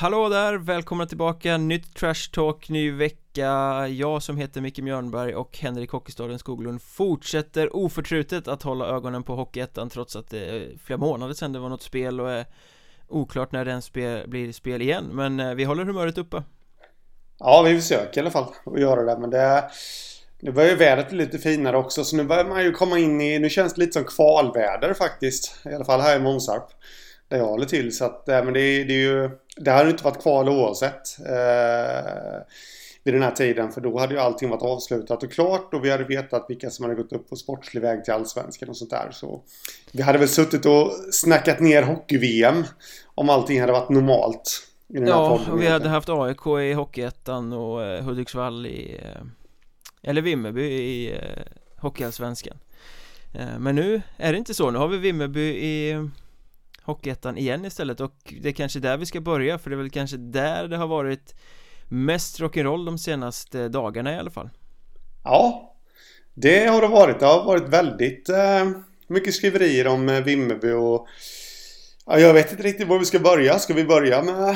Hallå där, välkomna tillbaka, nytt Trash Talk, ny vecka. Jag som heter Micke Mjörnberg och Henrik Hockeystaden Skoglund fortsätter oförtrutet att hålla ögonen på Hockeyettan trots att det är flera månader sedan det var något spel och är oklart när den blir spel igen. Men vi håller humöret uppe. Ja, vi försöker i alla fall att göra det, men nu börjar ju vädret lite finare också, så nu börjar man ju komma in i, nu känns det lite som kvalväder faktiskt, i alla fall här i Månsarp där jag håller till, så att, men det är ju, det har ju inte varit kval oavsett vid den här tiden, för då hade ju allting varit avslutat och klart och vi hade vetat vilka som hade gått upp på sportslig väg till Allsvenskan och sånt där, så vi hade väl suttit och snackat ner hockey-VM om allting hade varit normalt. Ja, och vi hade haft AIK i Hockeyettan och Hudiksvall eller Vimmerby i Hockeyallsvenskan. Men nu är det inte så, nu har vi Vimmerby i Hockeyettan igen istället, och det är kanske där vi ska börja, för det är väl kanske där det har varit mest rock'n'roll de senaste dagarna i alla fall. Ja, det har det varit. Det har varit väldigt mycket skriverier om Vimmerby och ja, jag vet inte riktigt var vi ska börja. Ska vi börja med...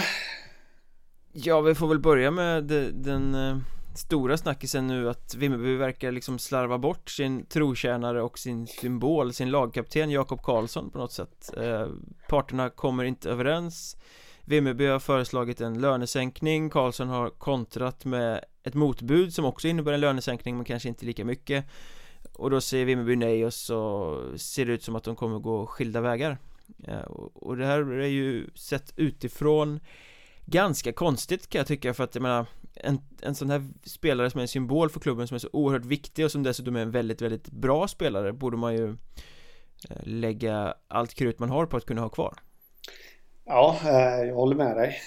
Ja, vi får väl börja med den stora snackisen nu, att Vimmerby verkar liksom slarva bort sin trotjänare och sin symbol, sin lagkapten Jakob Karlsson på något sätt. Parterna kommer inte överens. Vimmerby har föreslagit en lönesänkning. Karlsson har kontrat med ett motbud som också innebär en lönesänkning, men kanske inte lika mycket. Och då säger Vimmerby nej, och så ser det ut som att de kommer gå skilda vägar. Och det här är ju sett utifrån ganska konstigt, kan jag tycka, för att jag menar, en sån här spelare som är en symbol för klubben, som är så oerhört viktig och som dessutom är en väldigt, väldigt bra spelare, borde man ju lägga allt krut man har på att kunna ha kvar. Ja, jag håller med dig.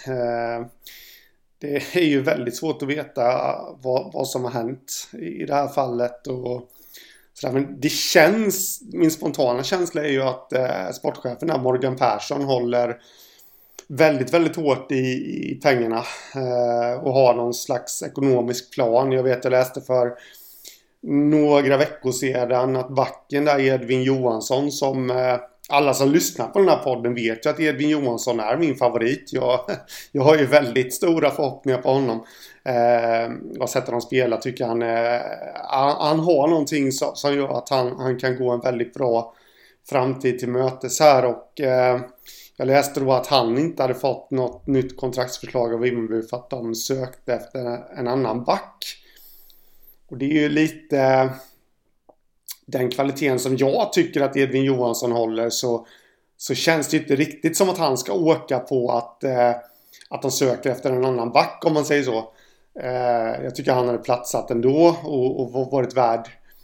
Det är ju väldigt svårt att veta vad som har hänt i det här fallet och sådär. Men det känns, min spontana känsla är ju att sportchefen där, Morgan Persson, håller väldigt, väldigt hårt i pengarna och har någon slags ekonomisk plan. Jag läste för några veckor sedan att backen där, Edvin Johansson, som alla som lyssnar på den här podden vet ju att Edvin Johansson är min favorit. Jag har ju väldigt stora förhoppningar på honom. Jag har sett honom spela, tycker han har någonting som gör att han kan gå en väldigt bra framtid till mötes här, och jag läste då att han inte hade fått något nytt kontraktsförslag av Vimmerby för att de sökte efter en annan back. Och det är ju lite den kvaliteten som jag tycker att Edvin Johansson håller, så känns det inte riktigt som att han ska åka på att de söker efter en annan back, om man säger så. Jag tycker han hade platsat ändå och varit värd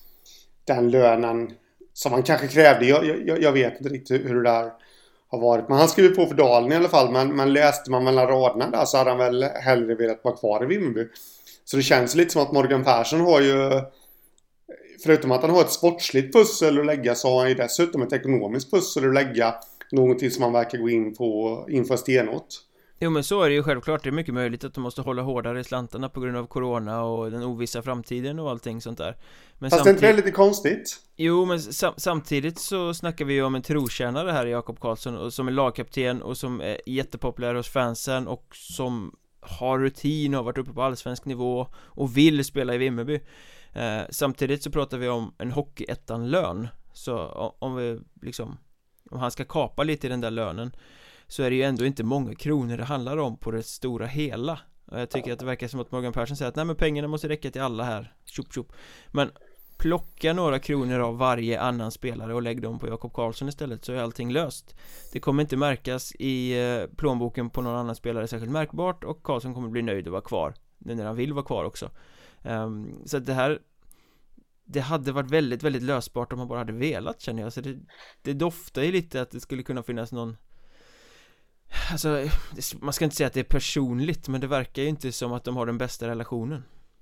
den lönen som han kanske krävde. Jag vet inte riktigt hur det där har varit. Men han skriver på för Dalen i alla fall. Men läste man mellan raderna där, så hade han väl hellre velat vara kvar i Vimmerby. Så det känns lite som att Morgan Persson har ju, förutom att han har ett sportsligt pussel att lägga, så har han ju dessutom ett ekonomiskt pussel att lägga. Någonting som man verkar gå in på inför stenåt. Jo, men så är det ju självklart. Det är mycket möjligt att de måste hålla hårdare i slantarna på grund av corona och den ovissa framtiden och allting sånt där. Men fast det är inte lite konstigt? Jo, men samtidigt så snackar vi ju om en trotjänare här, Jakob Karlsson, och som är lagkapten och som är jättepopulär hos fansen och som har rutin och har varit uppe på allsvensk nivå och vill spela i Vimmerby. Samtidigt så pratar vi om en Hockeyettan-lön. Så om han ska kapa lite i den där lönen, så är det ju ändå inte många kronor det handlar om på det stora hela. Och jag tycker att det verkar som att Morgan Persson säger att nej, men pengarna måste räcka till alla här. Tjup, tjup. Men plocka några kronor av varje annan spelare och lägg dem på Jakob Karlsson istället, så är allting löst. Det kommer inte märkas i plånboken på någon annan spelare särskilt märkbart, och Karlsson kommer bli nöjd att vara kvar nu när han vill vara kvar också. Så att det hade varit väldigt, väldigt lösbart om man bara hade velat, känner jag. Så det doftar ju lite att det skulle kunna finnas någon, alltså, man ska inte säga att det är personligt, men det verkar ju inte som att de har den bästa relationen.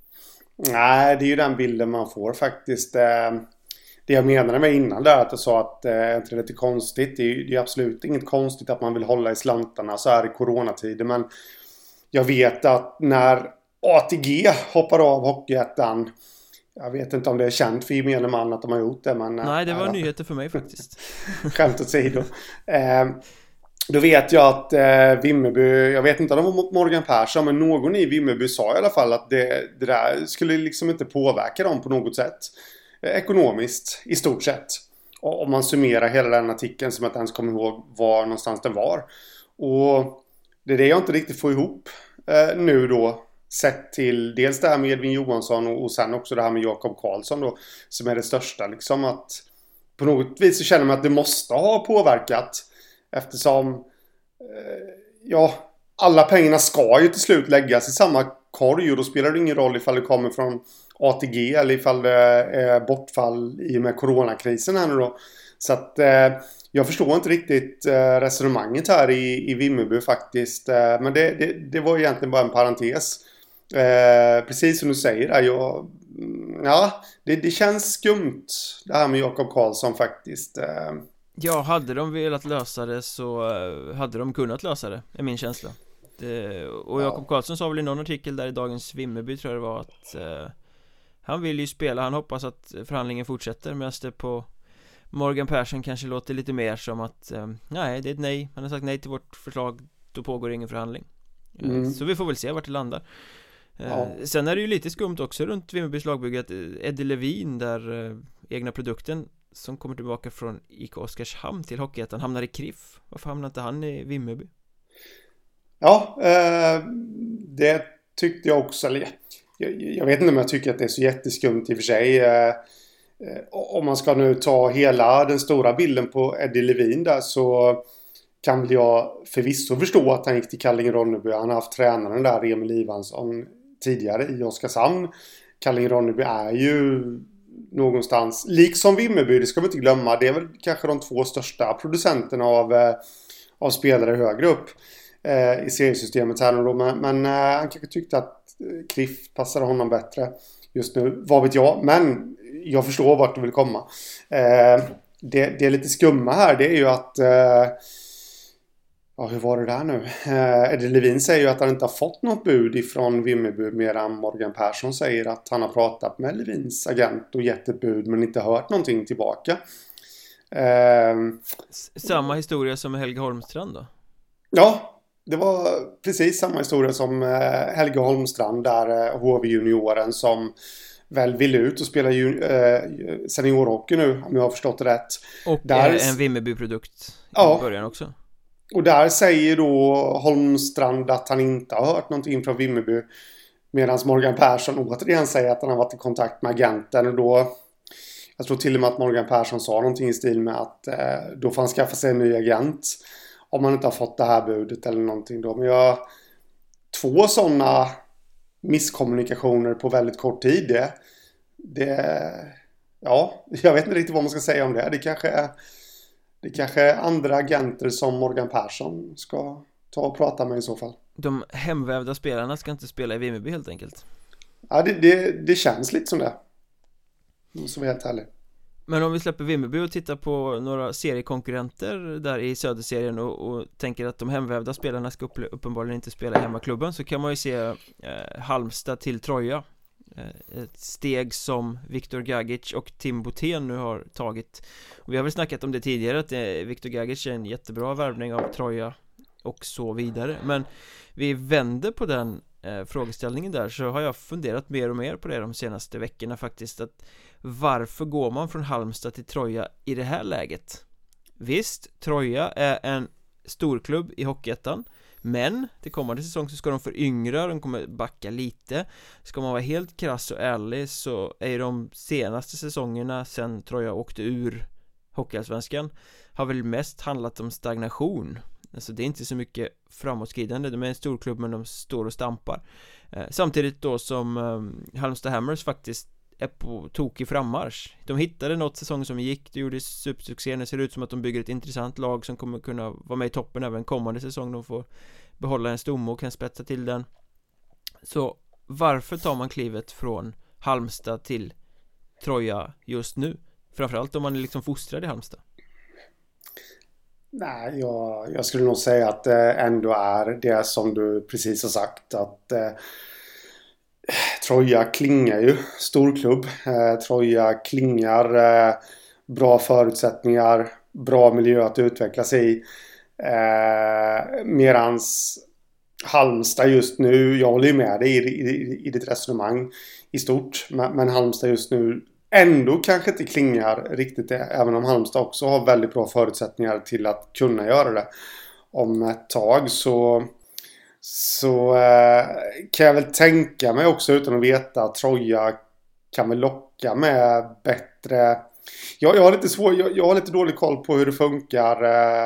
Nej, det är ju den bilden man får faktiskt. Det jag menade med innan där, att jag sa att det är lite konstigt. Det är absolut inget konstigt att man vill hålla i slantarna så här i coronatider, men jag vet att när ATG hoppar av Hockeyettan, jag vet inte om det är känt för gemene man att de har gjort det, men nej, det var nyheter för mig faktiskt. Skämt åsido. Då vet jag att Vimmerby, jag vet inte om det var Morgan Persson, men någon i Vimmerby sa i alla fall att det där skulle liksom inte påverka dem på något sätt. Ekonomiskt, i stort sett. Om man summerar hela den artikeln som jag inte ens kommer ihåg var någonstans den var. Och det är det jag inte riktigt får ihop nu då. Sett till dels det här med Edvin Johansson och sen också det här med Jakob Karlsson då. Som är det största liksom, att på något vis så känner man att det måste ha påverkat. Eftersom alla pengarna ska ju till slut läggas i samma korg. Och då spelar det ingen roll ifall det kommer från ATG eller ifall det är bortfall i och med coronakrisen här nu då. Så att jag förstår inte riktigt resonemanget här i Vimmerby faktiskt. Men det var egentligen bara en parentes. Precis som du säger där, det känns skumt det här med Jakob Karlsson faktiskt. Ja, hade de velat lösa det så hade de kunnat lösa det, är min känsla. Och Jakob Karlsson sa väl i någon artikel där i dagens Vimmerby, tror jag det var, att han vill ju spela, han hoppas att förhandlingen fortsätter. Medan det på Morgan Persson kanske låter lite mer som att nej, det är ett nej, han har sagt nej till vårt förslag, då pågår ingen förhandling. Så vi får väl se vart det landar. Sen är det ju lite skumt också runt Vimmerbys lagbygge att Eddie Levin, där egna produkten som kommer tillbaka från IK Oskarshamn till Hockeyettan, hamnar i KRIF. Varför hamnar inte han i Vimmerby? Ja, det tyckte jag också. Jag vet inte om jag tycker att det är så jätteskumt i och för sig. Om man ska nu ta hela den stora bilden på Eddie Levin där, så kan väl jag förvisso förstå att han gick till Kallinge-Ronneby. Han har haft tränaren där, Emil Ivansson, tidigare i Oskarshamn. Kallinge-Ronneby är ju någonstans, liksom Vimmerby, det ska vi inte glömma, det är väl kanske de två största producenterna av spelare högre upp i seriesystemet här då. Men han kanske tyckte att KRIF passade honom bättre just nu, vad vet jag, men jag förstår vart du vill komma. Det är lite skumma här, det är ju att hur var det där nu? Eddie Levin säger ju att han inte har fått något bud ifrån Vimmerby, medan Morgan Persson säger att han har pratat med Levins agent och gett ett bud men inte hört någonting tillbaka. Samma historia som med Helge Holmstrand då? Ja, det var precis samma historia som Helge Holmstrand, där HV-junioren som väl vill ut och spela seniorhockey nu, om jag har förstått det rätt. Och där en Vimmerby-produkt i början också. Och där säger då Holmstrand att han inte har hört någonting från Vimmerby, medan Morgan Persson återigen säger att han har varit i kontakt med agenten. Och då, jag tror till och med att Morgan Persson sa någonting i stil med att då får han skaffa sig en ny agent om han inte har fått det här budet eller någonting då. Men två sådana misskommunikationer på väldigt kort tid, jag vet inte riktigt vad man ska säga om det. Det kanske är andra agenter som Morgan Persson ska ta och prata med i så fall. De hemvävda spelarna ska inte spela i Vimmerby helt enkelt. Ja, det känns lite som det. Så vi är helt ärlig. Men om vi släpper Vimmerby och tittar på några seriekonkurrenter där i söderserien och tänker att de hemvävda spelarna ska uppenbarligen inte spela i hemmaklubben, så kan man ju se Halmstad till Troja. Ett steg som Viktor Gagic och Tim Botén nu har tagit. Och vi har väl snackat om det tidigare, att Viktor Gagic är en jättebra värvning av Troja och så vidare. Men vi vänder på den frågeställningen där, så har jag funderat mer och mer på det de senaste veckorna faktiskt, att varför går man från Halmstad till Troja i det här läget? Visst, Troja är en storklubb i Hockeyettan, men till kommande säsong så ska de föryngra, de kommer backa lite. Ska man vara helt krass och ärlig så är de senaste säsongerna sen Troja åkte ur Hockeyallsvenskan har väl mest handlat om stagnation. Alltså det är inte så mycket framåtskridande. De är en storklubb men de står och stampar. Samtidigt då som Halmstad Hammers faktiskt är på tokig frammarsch. De hittade något säsong som gick, det gjorde supersuccé. Det ser ut som att de bygger ett intressant lag som kommer kunna vara med i toppen även kommande säsong. De får behålla en stomme och kan spetsa till den. Så varför tar man klivet från Halmstad till Troja just nu? Framförallt om man är liksom fostrad i Halmstad. Nej, jag skulle nog säga att det ändå är det som du precis har sagt, att Troja klingar ju storklubb. Troja klingar bra förutsättningar, bra miljö att utvecklas i. Medans Halmstad just nu, jag håller ju med dig i ditt resonemang i stort. Men Halmstad just nu ändå kanske inte klingar riktigt det. Även om Halmstad också har väldigt bra förutsättningar till att kunna göra det. Om ett tag så kan jag väl tänka mig också utan att veta att Troja kan väl locka med bättre... Jag har lite dålig koll på hur det funkar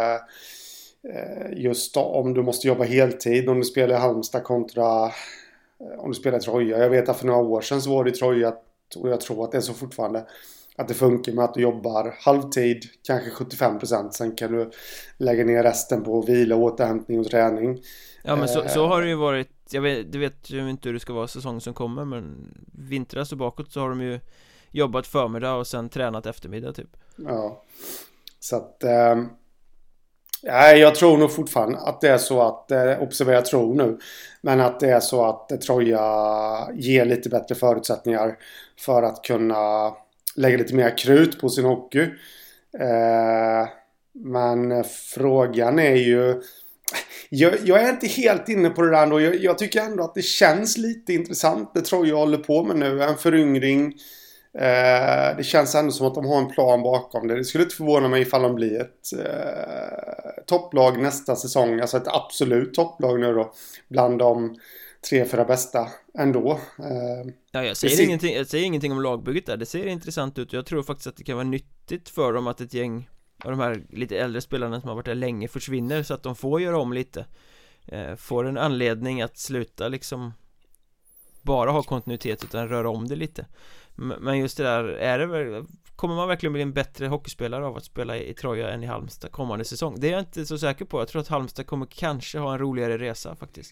just då, om du måste jobba heltid, om du spelar i Halmstad kontra om du spelar i Troja. Jag vet att för några år sedan så var det i Troja, och jag tror att det är så fortfarande, att det funkar med att du jobbar halvtid, kanske 75%. Sen kan du lägga ner resten på vila, återhämtning och träning. Ja, men så har det ju varit. Du vet ju inte hur det ska vara säsong som kommer, men vintras och bakåt så har de ju jobbat förmiddag och sen tränat eftermiddag typ. Ja, så att jag tror nog fortfarande att det är så att, observera tror nu, men att det är så att Troja ger lite bättre förutsättningar för att kunna lägga lite mer krut på sin hockey. Men frågan är ju, jag är inte helt inne på det där ändå. Jag tycker ändå att det känns lite intressant det Troja håller på med nu, en föryngring. Det känns ändå som att de har en plan bakom det. Det skulle inte förvåna mig ifall de blir ett topplag nästa säsong. Alltså ett absolut topplag nu då, bland de 3-4 bästa ändå. Ja, jag säger ingenting om lagbygget där. Det ser intressant ut. Jag tror faktiskt att det kan vara nyttigt för dem att ett gäng av de här lite äldre spelarna som har varit där länge försvinner, så att de får göra om lite, får en anledning att sluta liksom bara ha kontinuitet utan röra om det lite. Men just det där, kommer man verkligen bli en bättre hockeyspelare av att spela i Troja än i Halmstad kommande säsong? Det är jag inte så säker på. Jag tror att Halmstad kommer kanske ha en roligare resa faktiskt.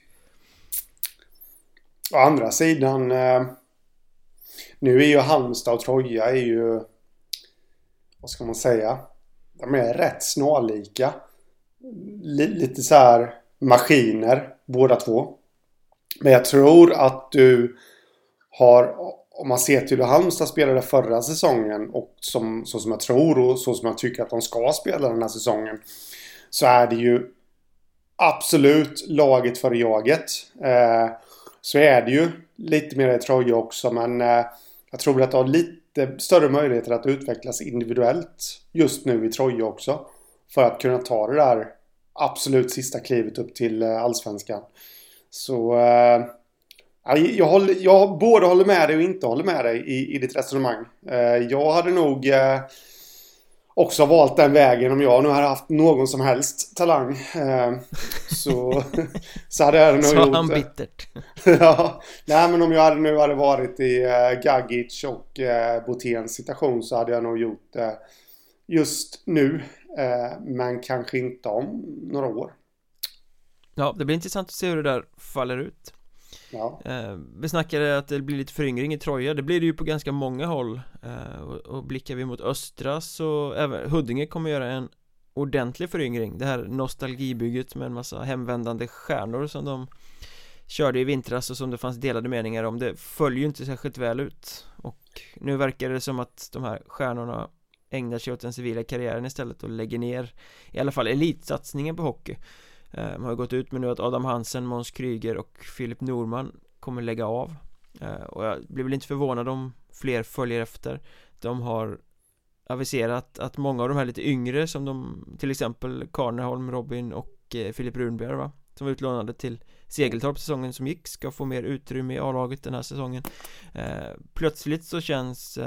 Å andra sidan, nu är ju Halmstad och Troja är ju, vad ska man säga, de är rätt snarlika. Lite så här maskiner båda två. Men jag tror att du har, om man ser till hur Halmstad spelade förra säsongen och så som jag tror och så som jag tycker att de ska spela den här säsongen, så är det ju absolut laget för jaget. Så är det ju lite mer i Troja också, men jag tror att det har lite större möjligheter att utvecklas individuellt just nu i Troja också, för att kunna ta det där absolut sista klivet upp till allsvenskan. Så jag både håller med dig och inte håller med dig i ditt resonemang. Jag hade nog också valt den vägen om jag nu hade haft någon som helst talang. Så hade jag nog gjort han bittert. Ja, nej, men om jag hade varit i Gagic och Boténs situation, så hade jag nog gjort det just nu. Men kanske inte om några år. Ja, det blir intressant att se hur det där faller ut. Ja. Vi snackade att det blir lite föryngring i Troja. Det blir det ju på ganska många håll. Och blickar vi mot östra, så även Huddinge kommer göra en ordentlig föryngring. Det här nostalgibygget med en massa hemvändande stjärnor som de körde i vintras och som det fanns delade meningar om, det följer ju inte särskilt väl ut. Och nu verkar det som att de här stjärnorna ägnar sig åt den civila karriären istället och lägger ner i alla fall elitsatsningen på hockey. Man har gått ut med nu att Adam Hansen, Måns Kryger och Filip Norman kommer lägga av. Och jag blir väl inte förvånad om fler följer efter. De har aviserat att många av de här lite yngre, som de, till exempel Karneholm, Robin och Filip Runberg, som var utlånade till Segeltorp säsongen som gick, ska få mer utrymme i A-laget den här säsongen. Plötsligt så känns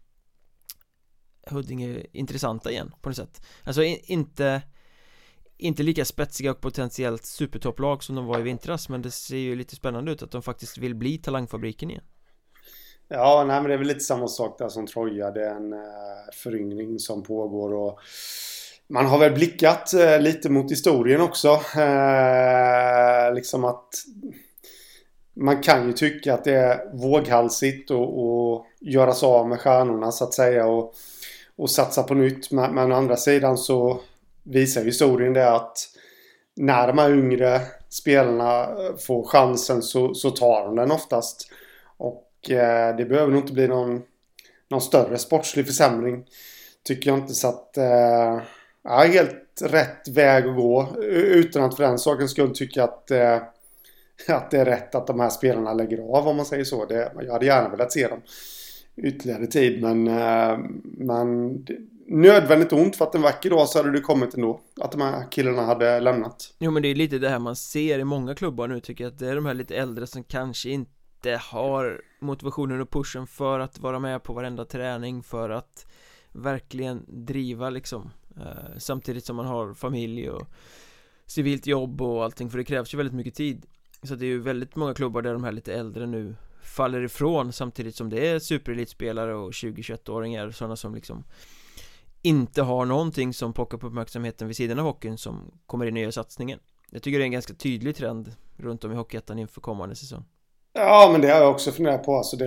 Huddinge intressanta igen på något sätt. Alltså inte lika spetsiga och potentiellt supertopplag som de var i vintras, men det ser ju lite spännande ut att de faktiskt vill bli talangfabriken igen. Ja, nej, men det är väl lite samma sak där som Troja. Det är en föryngring som pågår, och man har väl blickat lite mot historien också. Liksom att man kan ju tycka att det är våghalsigt och göra sig av med stjärnorna så att säga och satsa på nytt. Men å andra sidan så visar historien det att när de här yngre spelarna får chansen så tar de den oftast. Och det behöver nog inte bli någon större sportslig försämring, tycker jag inte. Så att rätt väg att gå. Utan att för den saken skulle tycka att det är rätt att de här spelarna lägger av, om man säger så. Jag hade gärna velat se dem ytterligare tid, men nödvändigt ont, för att en vacker dag så hade det kommit ändå att de här killarna hade lämnat. Jo, men det är lite det här man ser i många klubbar nu, tycker jag, att det är de här lite äldre som kanske inte har motivationen och pushen för att vara med på varenda träning, för att verkligen driva liksom, samtidigt som man har familj och civilt jobb och allting, för det krävs ju väldigt mycket tid. Så det är ju väldigt många klubbar där de här lite äldre nu faller ifrån, samtidigt som det är superelitspelare och 20-21-åringar, sådana som liksom inte har någonting som pockar på uppmärksamheten vid sidan av hockeyn, som kommer in i nya satsningen. Jag tycker det är en ganska tydlig trend runt om i Hockeyettan inför kommande säsong. Ja, men det har jag också funderat på. Alltså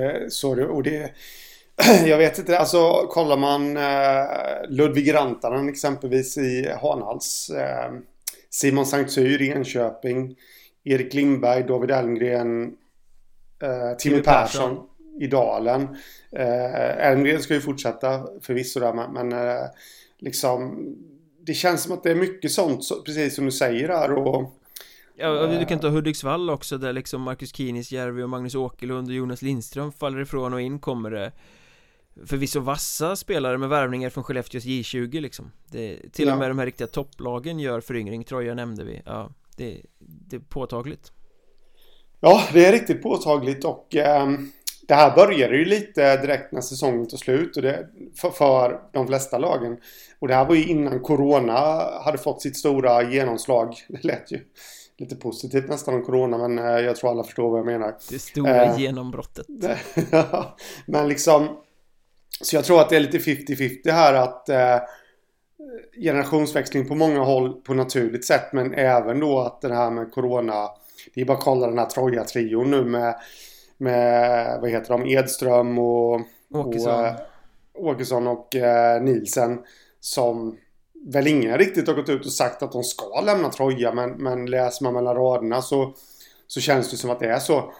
jag vet inte, alltså kollar man Ludvig Rantanen exempelvis i Hanhals, Simon Sankt-Syr i Enköping, Erik Lindberg, David Elmgren, Timmy Persson i Dalen. Elmgren ska ju fortsätta förvisso där, men liksom det känns som att det är mycket sånt, precis som du säger här. Och ja, du kan ta Hudiksvall också, där liksom Marcus Kinisjärvi och Magnus Åkerlund och Jonas Lindström faller ifrån, och in kommer det förvisso vassa spelare med värvningar från Skellefteås J20 liksom. Till och med de här riktiga topplagen gör föryngring, Troja nämnde vi. Ja, det är påtagligt. Ja, det är riktigt påtagligt, och det här började ju lite direkt när säsongen tog slut, och det för de flesta lagen. Och det här var ju innan corona hade fått sitt stora genomslag. Det lät ju lite positivt nästan om corona, men jag tror alla förstår vad jag menar. Det stora genombrottet. Men liksom, så jag tror att det är lite 50-50 här, att generationsväxling på många håll på naturligt sätt, men även då att det här med corona, det är bara att kolla den här Troja-trion nu med vad heter de, Edström och Åkesson och Nielsen, som väl ingen riktigt har gått ut och sagt att de ska lämna Troja, men läser man mellan raderna så känns det som att det är så.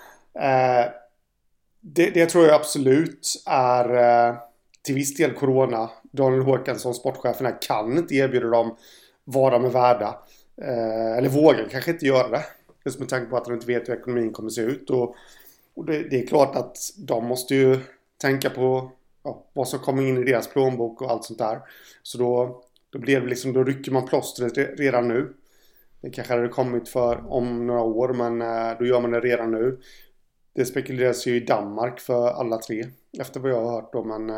Det tror jag absolut är till viss del corona. Daniel Håkansson, sportchefen här, kan inte erbjuda dem vad de är värda. Eller vågar kanske inte göra det. Just med tanke på att de inte vet hur ekonomin kommer se ut. Och det är klart att de måste ju tänka på vad som kommer in i deras plånbok och allt sånt där. Så då blir det liksom, då rycker man plåstret redan nu. Det kanske hade kommit för om några år, men då gör man det redan nu. Det spekuleras ju i Danmark för alla tre, efter vad jag har hört då, men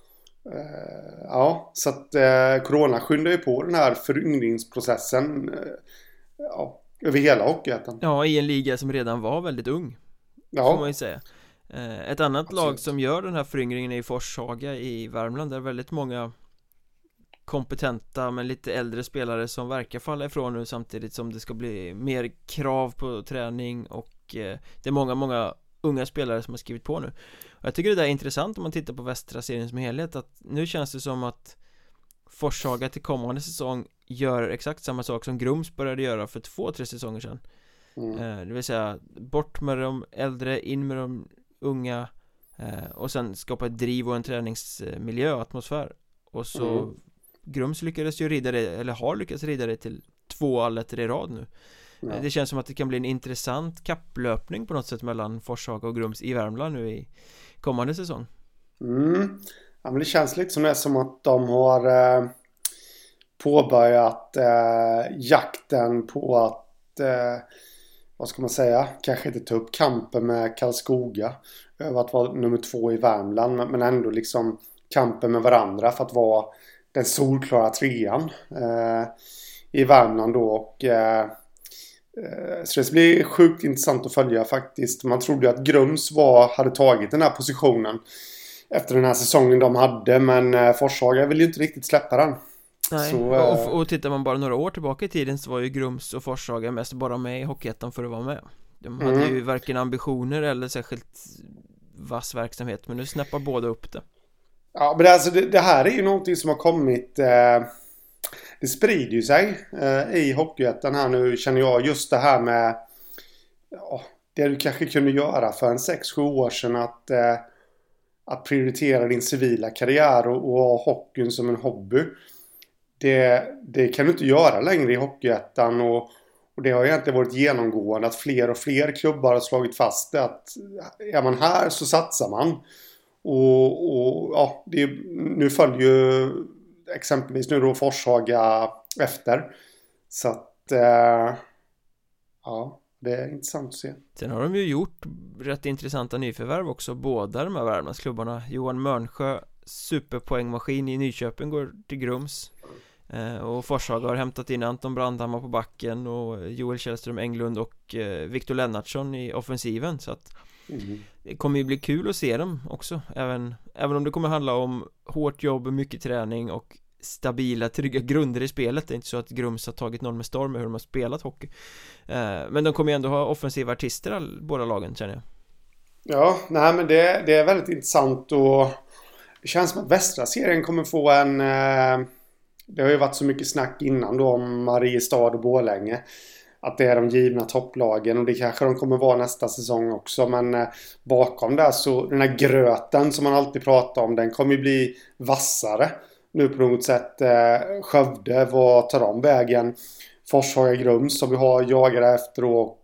ja, så att corona skyndar ju på den här föryngringsprocessen över hela Hockeyettan. Ja, i en liga som redan var väldigt ung, får man ju säga. Ett annat Absolut. lag som gör den här föryngringen är Forshaga i Värmland, där väldigt många kompetenta men lite äldre spelare som verkar falla ifrån nu, samtidigt som det ska bli mer krav på träning, och det är många unga spelare som har skrivit på nu. Och jag tycker det där är intressant om man tittar på västra serien som helhet, att nu känns det som att Forshaga till kommande säsong gör exakt samma sak som Grums började göra för 2-3 säsonger sedan. Det vill säga, bort med de äldre, in med de unga, och sen skapa ett driv och en träningsmiljö och atmosfär. Och så Grums lyckades ju rida det, eller har lyckats rida det till 2 alletter i rad nu. Det känns som att det kan bli en intressant kapplöpning på något sätt mellan Forshaga och Grums i Värmland nu i kommande säsong. Ja, men det känns lite som att de har påbörjat jakten på att vad ska man säga, kanske inte ta upp kampen med Karlskoga över att vara nummer 2 i Värmland, men ändå liksom kampen med varandra för att vara den solklara 3:an i Värmland då. Och så det blir sjukt intressant att följa faktiskt. Man trodde ju att Grums hade tagit den här positionen efter den här säsongen de hade, men Forshaga vill ju inte riktigt släppa den. Nej, och tittar man bara några år tillbaka i tiden, så var ju Grums och Forshaga mest bara med i Hockeyettan för att vara med. De hade ju varken ambitioner eller särskilt vass verksamhet, men nu snäppar båda upp det. Ja, men alltså det här är ju någonting som har kommit, det sprider ju sig i Hockeyettan här nu, känner jag, just det här med det du kanske kunde göra för en 6-7 år sedan, att prioritera din civila karriär och ha hockeyn som en hobby. det kan du inte göra längre i Hockeyettan, och det har egentligen varit genomgående att fler och fler klubbar har slagit fast det, att är man här så satsar man. Och ja, nu följer ju exempelvis nu då Forshaga efter. Så att ja, det är intressant att se. Sen har de ju gjort rätt intressanta nyförvärv också, båda de här Värmlandsklubbarna. Johan Mörnsjö, superpoängmaskin i Nyköping, går till Grums. Och Forshaga har hämtat in Anton Brandhammar på backen och Joel Källström Englund och Viktor Lennartsson i offensiven. Så att det kommer ju bli kul att se dem också, även om det kommer handla om hårt jobb, mycket träning och stabila, trygga grunder i spelet. Det är inte så att Grums har tagit någon med storm med hur de har spelat hockey, men de kommer ju ändå ha offensiva artister, båda lagen, känner jag. Ja, nej, men det är väldigt intressant, och det känns som att västra serien kommer få en det har ju varit så mycket snack innan då om Mariestad och Borlänge, att det är de givna topplagen, och det kanske de kommer vara nästa säsong också, men bakom där så den här gröten som man alltid pratar om, den kommer ju bli vassare nu på något sätt. Skövde, vad tar de vägen? Forshaga, Grums som vi har jagare efter, och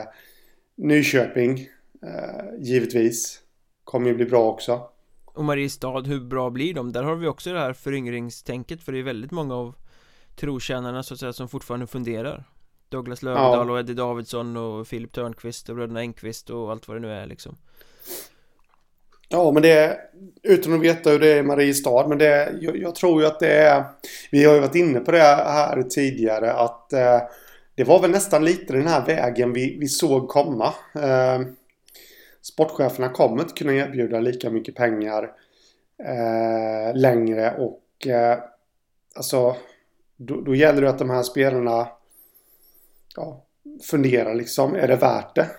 Nyköping givetvis kommer ju bli bra också. Och Mariestad, hur bra blir de? Där har vi också det här föryngringstänket, för det är väldigt många av trotjänarna så att säga som fortfarande funderar. Douglas Löfvedal och Eddie Davidsson och Filip Törnqvist och bröderna Engqvist och allt vad det nu är liksom. Ja, men det, utan att veta hur det är i Mariestad, men jag tror ju att det är, vi har ju varit inne på det här tidigare, att det var väl nästan lite den här vägen vi såg komma. Sportcheferna kommer inte kunna erbjuda lika mycket pengar längre, och alltså då gäller det att de här spelarna funderar liksom, är det värt det?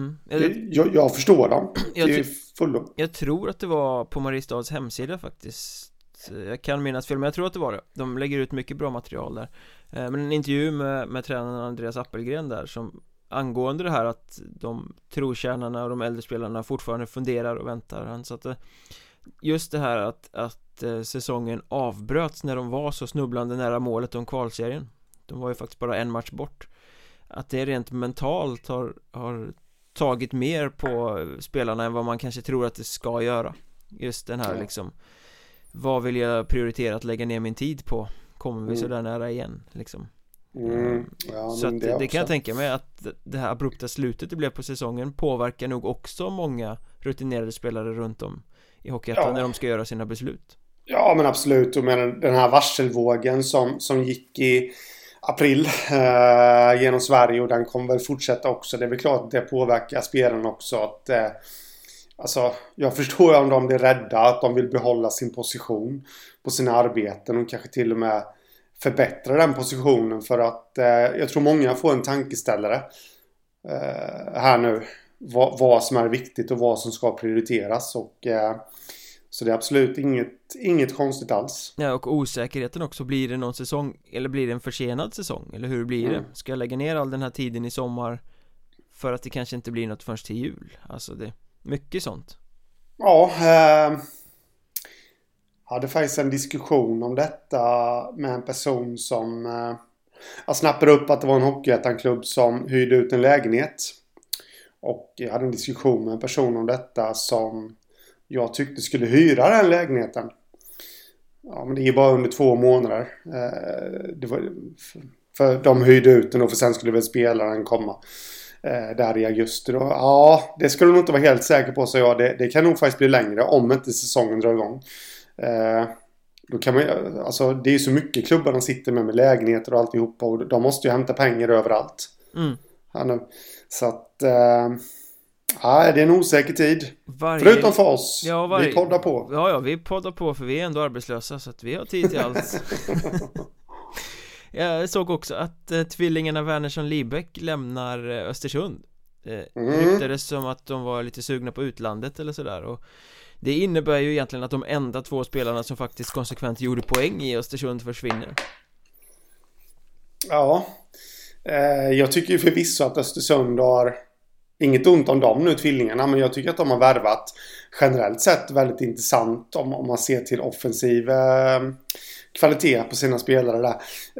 Jag förstår dem. Jag tror att det var på Mariestads hemsida faktiskt. Jag kan minnas fel, men jag tror att det var det. De lägger ut mycket bra material där. Men en intervju med tränaren Andreas Appelgren där, som angående det här att de trotjänarna och de äldre spelarna fortfarande funderar och väntar. Han sa att just det här att säsongen avbröts när de var så snubblande nära målet om kvalserien. De var ju faktiskt bara en match bort. Att det rent mentalt har tagit mer på spelarna än vad man kanske tror att det ska göra. Just den här liksom, vad vill jag prioritera att lägga ner min tid på? Kommer vi så där nära igen liksom. Så att det kan jag tänka mig, att det här abrupta slutet det blev på säsongen påverkar nog också många rutinerade spelare runt om i Hockeyettan när de ska göra sina beslut. Ja, men absolut. Och med den här varselvågen som gick i april genom Sverige, och den kommer väl fortsätta också. Det är väl klart att det påverkar spelarna också, att alltså, jag förstår om de blir rädda, att de vill behålla sin position på sina arbeten och kanske till och med förbättra den positionen, för att jag tror många får en tankeställare här nu, vad som är viktigt och vad som ska prioriteras, och så det är absolut inget konstigt alls. Ja, och osäkerheten också, blir det någon säsong eller blir det en försenad säsong, eller hur blir det? Ska jag lägga ner all den här tiden i sommar för att det kanske inte blir något förrän till jul? Alltså det är mycket sånt. Ja, hade faktiskt en diskussion om detta med en person som jag snappade upp att det var en Hockeyettan-klubb som hyrde ut en lägenhet, och jag hade en diskussion med en person om detta som jag tyckte skulle hyra den lägenheten. Ja, men det är bara under 2 månader. Det var, för de hyrde ut den, och för sen skulle väl spelaren komma där i augusti då. Ja, det skulle du nog inte vara helt säker på, så jag. Det kan nog faktiskt bli längre om inte säsongen drar igång. Då kan man, alltså, det är så mycket klubbar de sitter med lägenheter och alltihopa, och de måste ju hämta pengar överallt. Så att det är en osäker tid. Förutom för oss. Vi poddar på. Ja, vi poddar på, för vi är ändå arbetslösa, så att vi har tid till allt. Jag såg också att tvillingarna Wernersson-Liebeck lämnar Östersund. Ryktades som att de var lite sugna på utlandet eller sådär, och det innebär ju egentligen att de enda 2 spelarna som faktiskt konsekvent gjorde poäng i Östersund försvinner. Ja, jag tycker ju förvisso att Östersund har inget ont om dem nu, tvillingarna, men jag tycker att de har värvat generellt sett väldigt intressant om man ser till offensiv kvalitet på sina spelare där.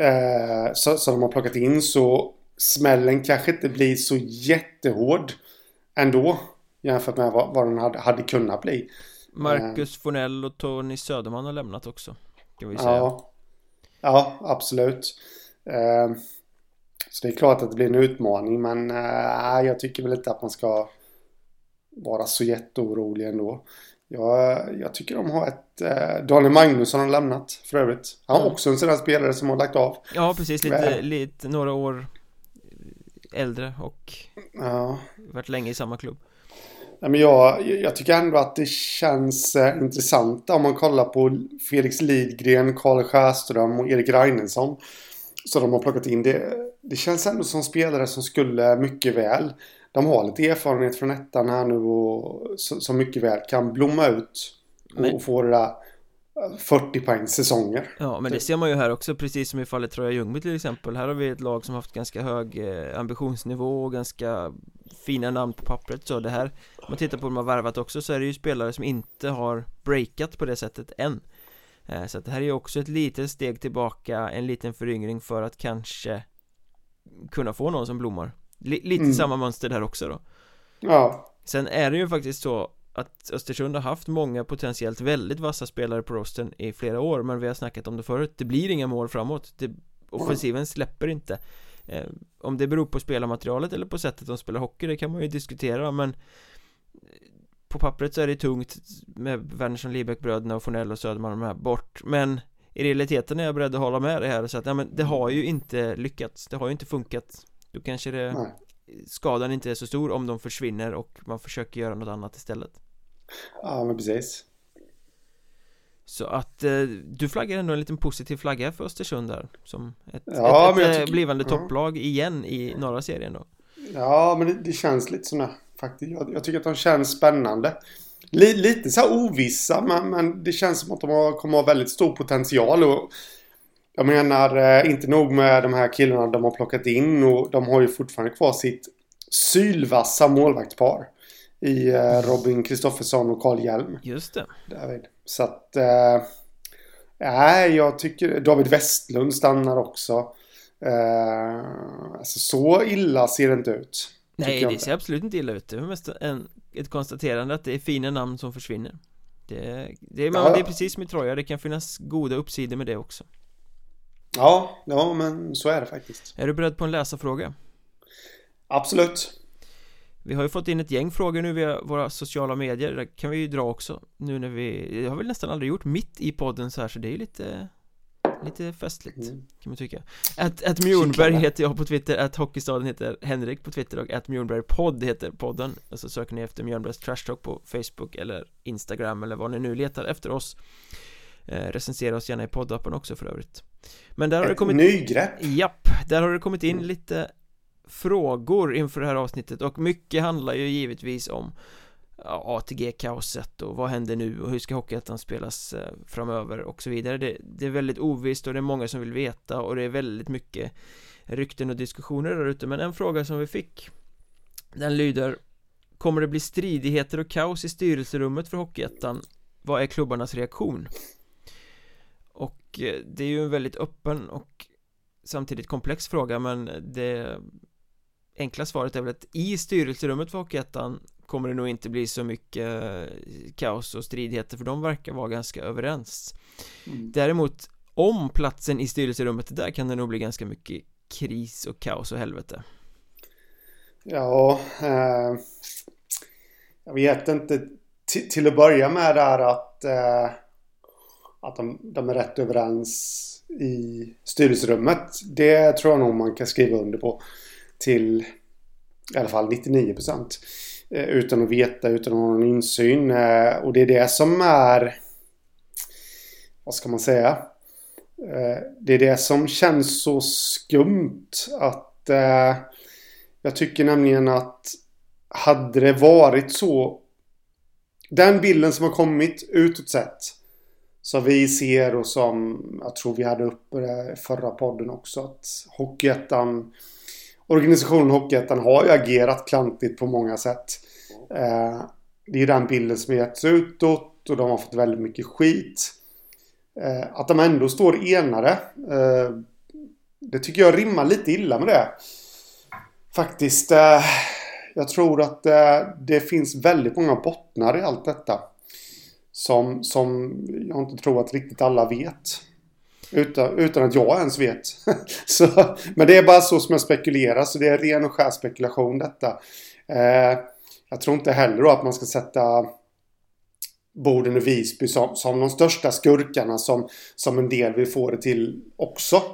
Så de har plockat in, så smällen kanske inte blir så jättehård ändå jämfört med vad den hade kunnat bli. Marcus Fornell och Tony Söderman har lämnat också, kan vi säga. Ja, absolut. Så det är klart att det blir en utmaning, men jag tycker väl inte att man ska vara så jätteorolig ändå. Jag tycker de har ett Daniel Magnusson har lämnat för övrigt. Han har också en sån där spelare som har lagt av. Ja, precis, lite några år äldre och varit länge i samma klubb. Nej, men jag tycker ändå att det känns intressant om man kollar på Felix Lidgren, Karl Skärström och Erik Reinensson. Så de har plockat in det känns ändå som spelare som skulle mycket väl. De har lite erfarenhet från ettan här nu och som mycket väl kan blomma ut och få det där 40 poäng säsonger. Ja, men det ser man ju här också, precis som i fallet Troja Ljungby till exempel. Här har vi ett lag som haft ganska hög ambitionsnivå och ganska fina namn på pappret. Så det här, om man tittar på hur de har värvat också, så är det ju spelare som inte har breakat på det sättet än. Så att det här är ju också ett litet steg tillbaka, en liten föryngring för att kanske kunna få någon som blommar. Lite samma mönster där också då. Ja. Sen är det ju faktiskt så att Östersund har haft många potentiellt väldigt vassa spelare på rosten i flera år, men vi har snackat om det förut. Det blir inga mål framåt. Offensiven släpper inte. Om det beror på spelarmaterialet eller på sättet de spelar hockey, det kan man ju diskutera, men på pappret så är det tungt med Wernersson, Liebäck-bröderna och Fornell och Söderman och de här bort. Men i realiteten är jag beredd att hålla med det här, så att men det har ju inte lyckats. Det har ju inte funkat. Då kanske skadan inte är så stor om de försvinner och man försöker göra något annat istället. Ja, men precis. Så att du flaggar ändå en liten positiv flagga för Östersund där, som ett blivande topplag igen i norra serien då. Ja, men det känns lite sådär faktiskt. Jag tycker att de känns spännande. Lite så här ovissa, men det känns som att de kommer ha väldigt stor potential. Och jag menar, inte nog med de här killarna de har plockat in, och de har ju fortfarande kvar sitt sylvassa målvaktspar i Robin Kristoffersson och Carl Hjelm. Just det. David. Så att jag tycker David Westlund stannar också. Alltså så illa ser det inte ut. Nej, det ser absolut inte illa ut. Det är mest ett konstaterande att det är fina namn som försvinner. Det är precis som i Troja. Det kan finnas goda uppsidor med det också. Ja, men så är det faktiskt. Är du beredd på en läsarfråga? Absolut. Vi har ju fått in ett gäng frågor nu via våra sociala medier. Det kan vi ju dra också. Nu när det har vi nästan aldrig gjort mitt i podden så här, så det är ju lite festligt kan man tycka. Att Mjornberg heter jag på Twitter, att Hockeystaden heter Henrik på Twitter och att Mjornberg podd heter podden. Och så söker ni efter Mjornbergs Trash Talk på Facebook eller Instagram eller vad ni nu letar efter oss. Recensera oss gärna i poddappen också för övrigt. Men där har det kommit nygrepp. Japp, där har det kommit in lite frågor inför det här avsnittet, och mycket handlar ju givetvis om ATG-kaoset och vad händer nu och hur ska Hockeyettan spelas framöver och så vidare. Det är väldigt ovisst och det är många som vill veta, och det är väldigt mycket rykten och diskussioner där ute. Men en fråga som vi fick, den lyder: kommer det bli stridigheter och kaos i styrelserummet för Hockeyettan? Vad är klubbarnas reaktion? Och det är ju en väldigt öppen och samtidigt komplex fråga, men det enkla svaret är väl att i styrelserummet för Hockeyettan kommer det nog inte bli så mycket kaos och stridigheter, för de verkar vara ganska överens. Däremot om platsen i styrelserummet, där kan det nog bli ganska mycket kris och kaos och helvete. Ja, jag vet inte. Till att börja med där att de är rätt överens i styrelserummet, det tror jag nog man kan skriva under på till i alla fall 99%, utan att veta, utan att ha någon insyn, och det är det som är, vad ska man säga, det är det som känns så skumt, att jag tycker nämligen att hade det varit så, den bilden som har kommit utåt sett, så vi ser, och som jag tror vi hade uppe det förra podden också, att Hockeyettan organisationen Hockeyettan har ju agerat klantigt på många sätt. Det är ju den bilden som getts utåt och de har fått väldigt mycket skit. Att de ändå står enade, det tycker jag rimmar lite illa med det. Faktiskt, jag tror att det finns väldigt många bottnar i allt detta. Som jag inte tror att riktigt alla vet. Utan att jag ens vet. Men det är bara så som jag spekulerar. Så det är ren och skär spekulation detta. Jag tror inte heller då att man ska sätta Boden och Visby som de största skurkarna som en del vill få det till också.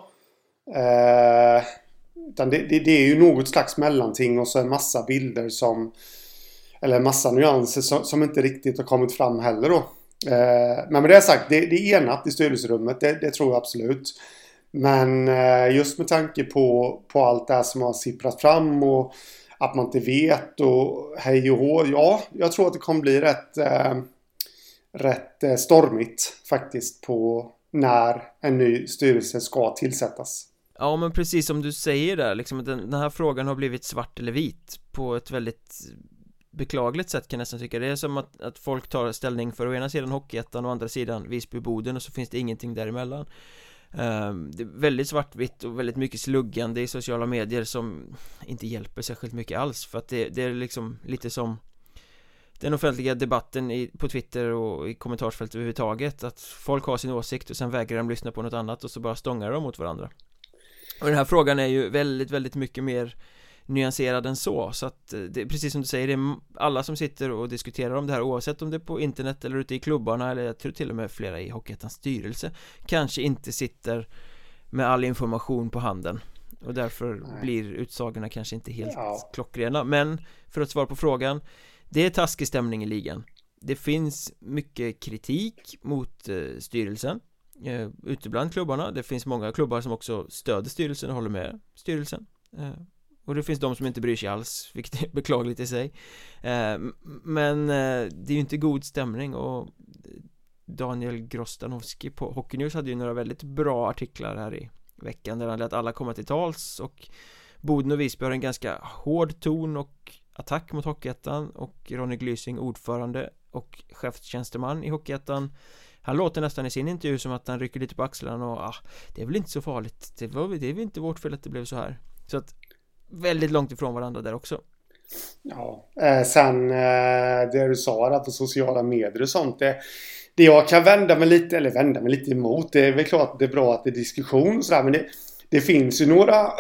Utan det är ju något slags mellanting och så en massa bilder eller en massa nyanser som inte riktigt har kommit fram heller då. Men med det sagt, det är enat i styrelserummet, det tror jag absolut. Men just med tanke på allt det här som har sipprat fram och att man inte vet och hej och hå, ja, jag tror att det kommer bli rätt stormigt faktiskt på när en ny styrelse ska tillsättas. Ja, men precis som du säger där, liksom, den här frågan har blivit svart eller vit på ett väldigt beklagligt sätt, kan jag nästan tycka. Det är som att folk tar ställning för å ena sidan Hockeyettan och å andra sidan Visby-Boden, och så finns det ingenting däremellan. Det är väldigt svartvitt och väldigt mycket sluggande i sociala medier som inte hjälper särskilt mycket alls, för att det är liksom lite som den offentliga debatten på Twitter och i kommentarsfält överhuvudtaget, att folk har sin åsikt och sen vägrar de lyssna på något annat och så bara stångar de mot varandra. Och den här frågan är ju väldigt, väldigt mycket mer nyanserad än så att det är precis som du säger, det är alla som sitter och diskuterar om det här, oavsett om det är på internet eller ute i klubbarna, eller jag tror till och med flera i Hockeyettans styrelse kanske inte sitter med all information på handen, och därför blir utsagorna kanske inte helt klockrena. Men för att svara på frågan, det är taskig stämning i ligan. Det finns mycket kritik mot styrelsen ute bland klubbarna. Det finns många klubbar som också stöder styrelsen och håller med styrelsen. Och det finns de som inte bryr sig alls, vilket är beklagligt i sig. Men det är ju inte god stämning. Och Daniel Grostanowski på Hockey News hade ju några väldigt bra artiklar här i veckan där han lät alla komma till tals. Och Boden och Visby har en ganska hård ton och attack mot Hockeyettan. Och Ronny Glysing, ordförande och chefstjänsteman i Hockeyettan, han låter nästan i sin intervju som att han rycker lite på axlarna och det är väl inte så farligt, det är väl inte vårt fel att det blev så här. Så att väldigt långt ifrån varandra där också. Ja, sen det du sa där på sociala medier och sånt, det jag kan vända mig lite emot, det är väl klart att det är bra att det är diskussion och sådär, men det finns ju några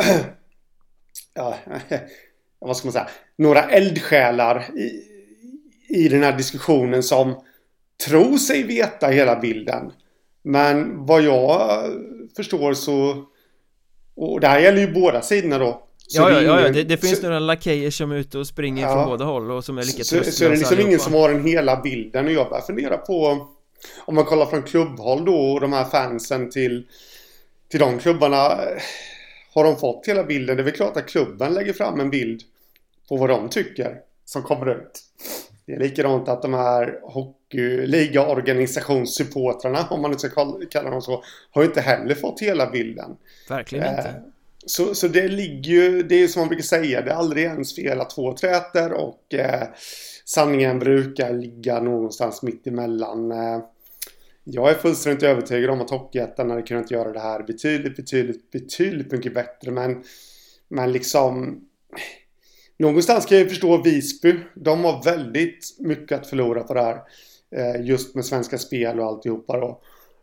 vad ska man säga, några eldsjälar i den här diskussionen som tror sig veta hela bilden. Men vad jag förstår så, och det här gäller ju båda sidorna då. Det finns några lakejer som är ute och springer från båda håll och som är lika tröstlösa. Så är det liksom ingen som har den hela bilden, och jag börjar fundera på, om man kollar från klubbhåll då, och de här fansen till de klubbarna, har de fått hela bilden? Det är väl klart att klubben lägger fram en bild på vad de tycker som kommer ut. Det är likadant att de här hockeyliga-organisationssupportrarna, om man nu ska kalla dem så, har inte heller fått hela bilden. Verkligen inte. Så det ligger ju, det är som man brukar säga, det är aldrig ens fel att två träter, och sanningen brukar ligga någonstans mitt emellan. Jag är fullständigt övertygad om att Hockeyettan hade kunnat göra det här betydligt mycket bättre, men liksom någonstans kan jag förstå Visby. De har väldigt mycket att förlora på det här, just med Svenska Spel och alltihopa då.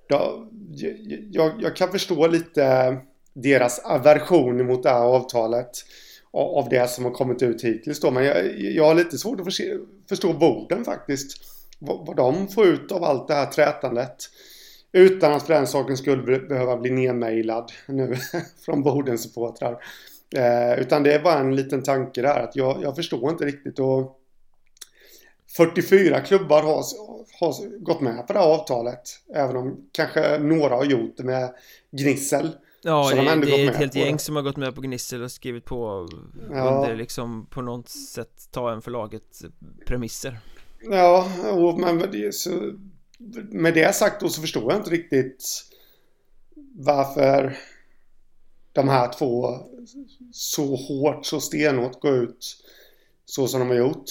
Jag kan förstå lite deras aversion mot det här avtalet av det som har kommit ut hittills då. Men jag har lite svårt att förstå Boden faktiskt. Vad de får ut av allt det här trätandet. Utan att för den saken skulle behöva bli nedmailad nu från Bodens supportrar. Utan det är bara en liten tanke där, att jag förstår inte riktigt. Och 44 klubbar har gått med på det här avtalet. Även om kanske några har gjort det med gnissel. Ja, det är ett helt gäng som har gått med på gnissel och skrivit på under liksom på något sätt ta en förlaget premisser. Ja, men med det sagt då, så förstår jag inte riktigt varför de här två så hårt, så stenhårt gå ut så som de har gjort.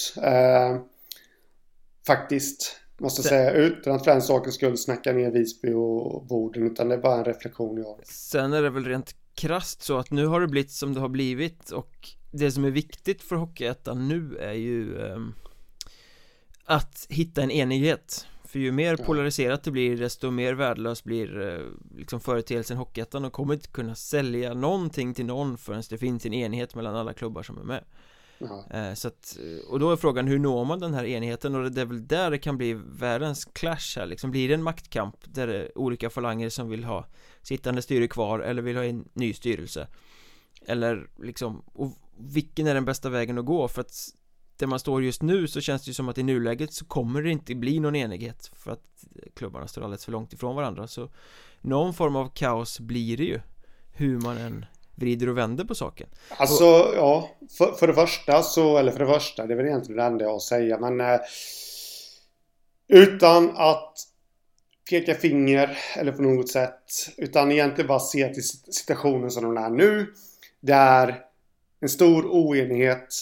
Faktiskt, måste säga, utan att för den sakens skull snacka ner Visby och Boden, utan det är bara en reflektion jag har. Sen är det väl rent krasst så att nu har det blivit som det har blivit, och det som är viktigt för Hockeyettan nu är ju att hitta en enighet. För ju mer polariserat det blir, desto mer värdelös blir liksom företeelsen Hockeyettan, och kommer inte kunna sälja någonting till någon förrän det finns en enighet mellan alla klubbar som är med. Så att, och då är frågan, hur når man den här enigheten? Och det är väl där det kan bli världens clash här, liksom. Blir det en maktkamp där det är olika falanger som vill ha sittande styre kvar eller vill ha en ny styrelse? Eller liksom, och vilken är den bästa vägen att gå? För att där man står just nu så känns det ju som att i nuläget så kommer det inte bli någon enighet, för att klubbarna står alldeles för långt ifrån varandra. Så någon form av kaos blir det ju, hur man än vrider och vänder på saken. Alltså, ja, för det första så, eller för det första, det är väl egentligen det enda jag har att säga, men utan att peka finger eller på något sätt, utan egentligen bara se till situationen som den är nu. Det är en stor oenighet,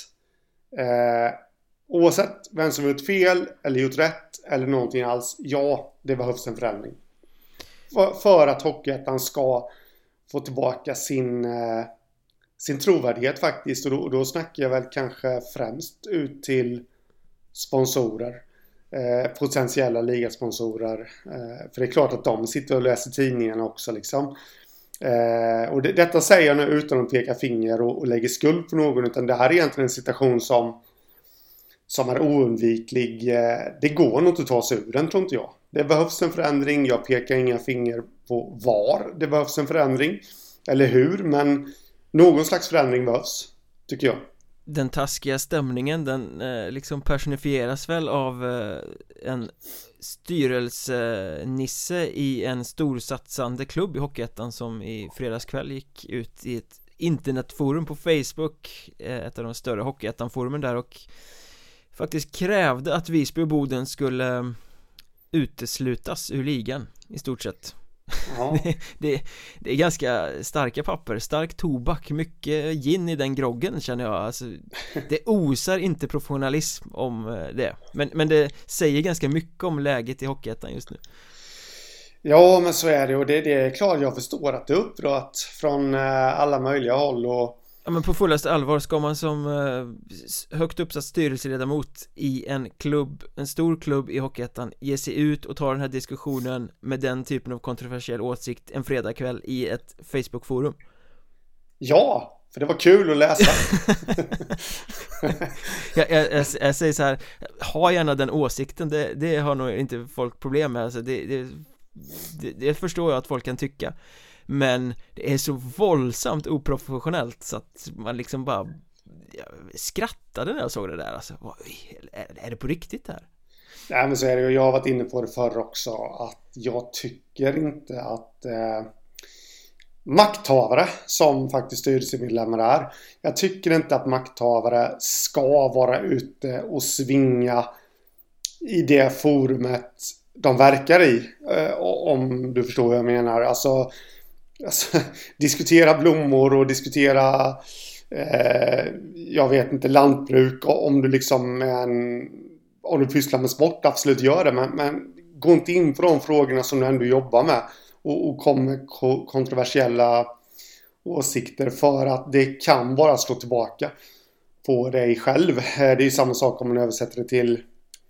oavsett vem som har gjort fel eller gjort rätt eller någonting alls. Ja, det behövs en förändring för att Hockeyettan ska få tillbaka sin trovärdighet faktiskt. Och då snackar jag väl kanske främst ut till sponsorer, potentiella ligasponsorer, för det är klart att de sitter och läser tidningarna också liksom. Och detta säger jag nu utan att peka finger och lägga skuld på någon, utan det här är egentligen en situation som är oundviklig. Det går nog inte att ta sig ur den, tror inte jag. Det behövs en förändring. Jag pekar inga finger på var det behövs en förändring eller hur, men någon slags förändring behövs, tycker jag. Den taskiga stämningen, den liksom personifieras väl av en styrelsenisse i en storsatsande klubb i Hockeyettan som i fredagskväll gick ut i ett internetforum på Facebook, ett av de större Hockeyettan-forumen där, och faktiskt krävde att Visby och Boden skulle uteslutas ur ligan i stort sett. Ja. det är ganska starka papper, stark tobak, mycket gin i den groggen, känner jag. Alltså, det osar inte professionalism om det, men det säger ganska mycket om läget i Hockeyettan just nu. Ja, men så är det, och det är klart jag förstår att det är upprört från alla möjliga håll. Och ja, men på fullaste allvar, ska man som högt uppsatt styrelseledamot i en stor klubb i Hockeyettan ge sig ut och ta den här diskussionen med den typen av kontroversiell åsikt en fredagkväll i ett Facebook-forum? Ja, för det var kul att läsa. jag säger så här, ha gärna den åsikten, det har nog inte folk problem med, alltså det förstår jag att folk kan tycka. Men det är så våldsamt oprofessionellt så att man liksom bara skrattade när jag såg det där. Alltså, är det på riktigt här? Nej, men så är det, och jag har varit inne på det förr också, att jag tycker inte att makthavare som faktiskt styrelsemedlemmar är, jag tycker inte att makthavare ska vara ute och svinga i det forumet de verkar i, om du förstår vad jag menar. Alltså diskutera blommor och diskutera jag vet inte, lantbruk, om du liksom om du pysslar med sport, absolut gör det, men gå inte in på de frågorna som du ändå jobbar med och kom med kontroversiella åsikter, för att det kan bara slå tillbaka på dig själv. Det är ju samma sak om man översätter det till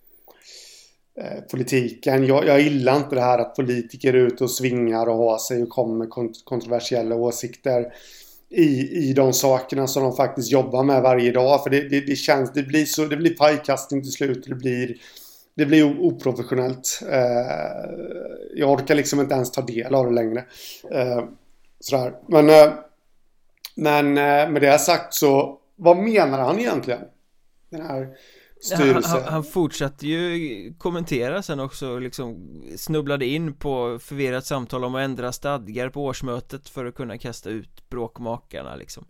politiken. Jag gillar inte det här att politiker är ute och svingar och har sig och kommer med kontroversiella åsikter i de sakerna som de faktiskt jobbar med varje dag, för det blir pajkastning till slut, det blir oprofessionellt. Jag orkar liksom inte ens ta del av det längre. Sådär. Men med det sagt, så vad menar han egentligen? Den här han fortsatte ju kommentera sen också, liksom snubblade in på förvirrat samtal om att ändra stadgar på årsmötet för att kunna kasta ut bråkmakarna liksom.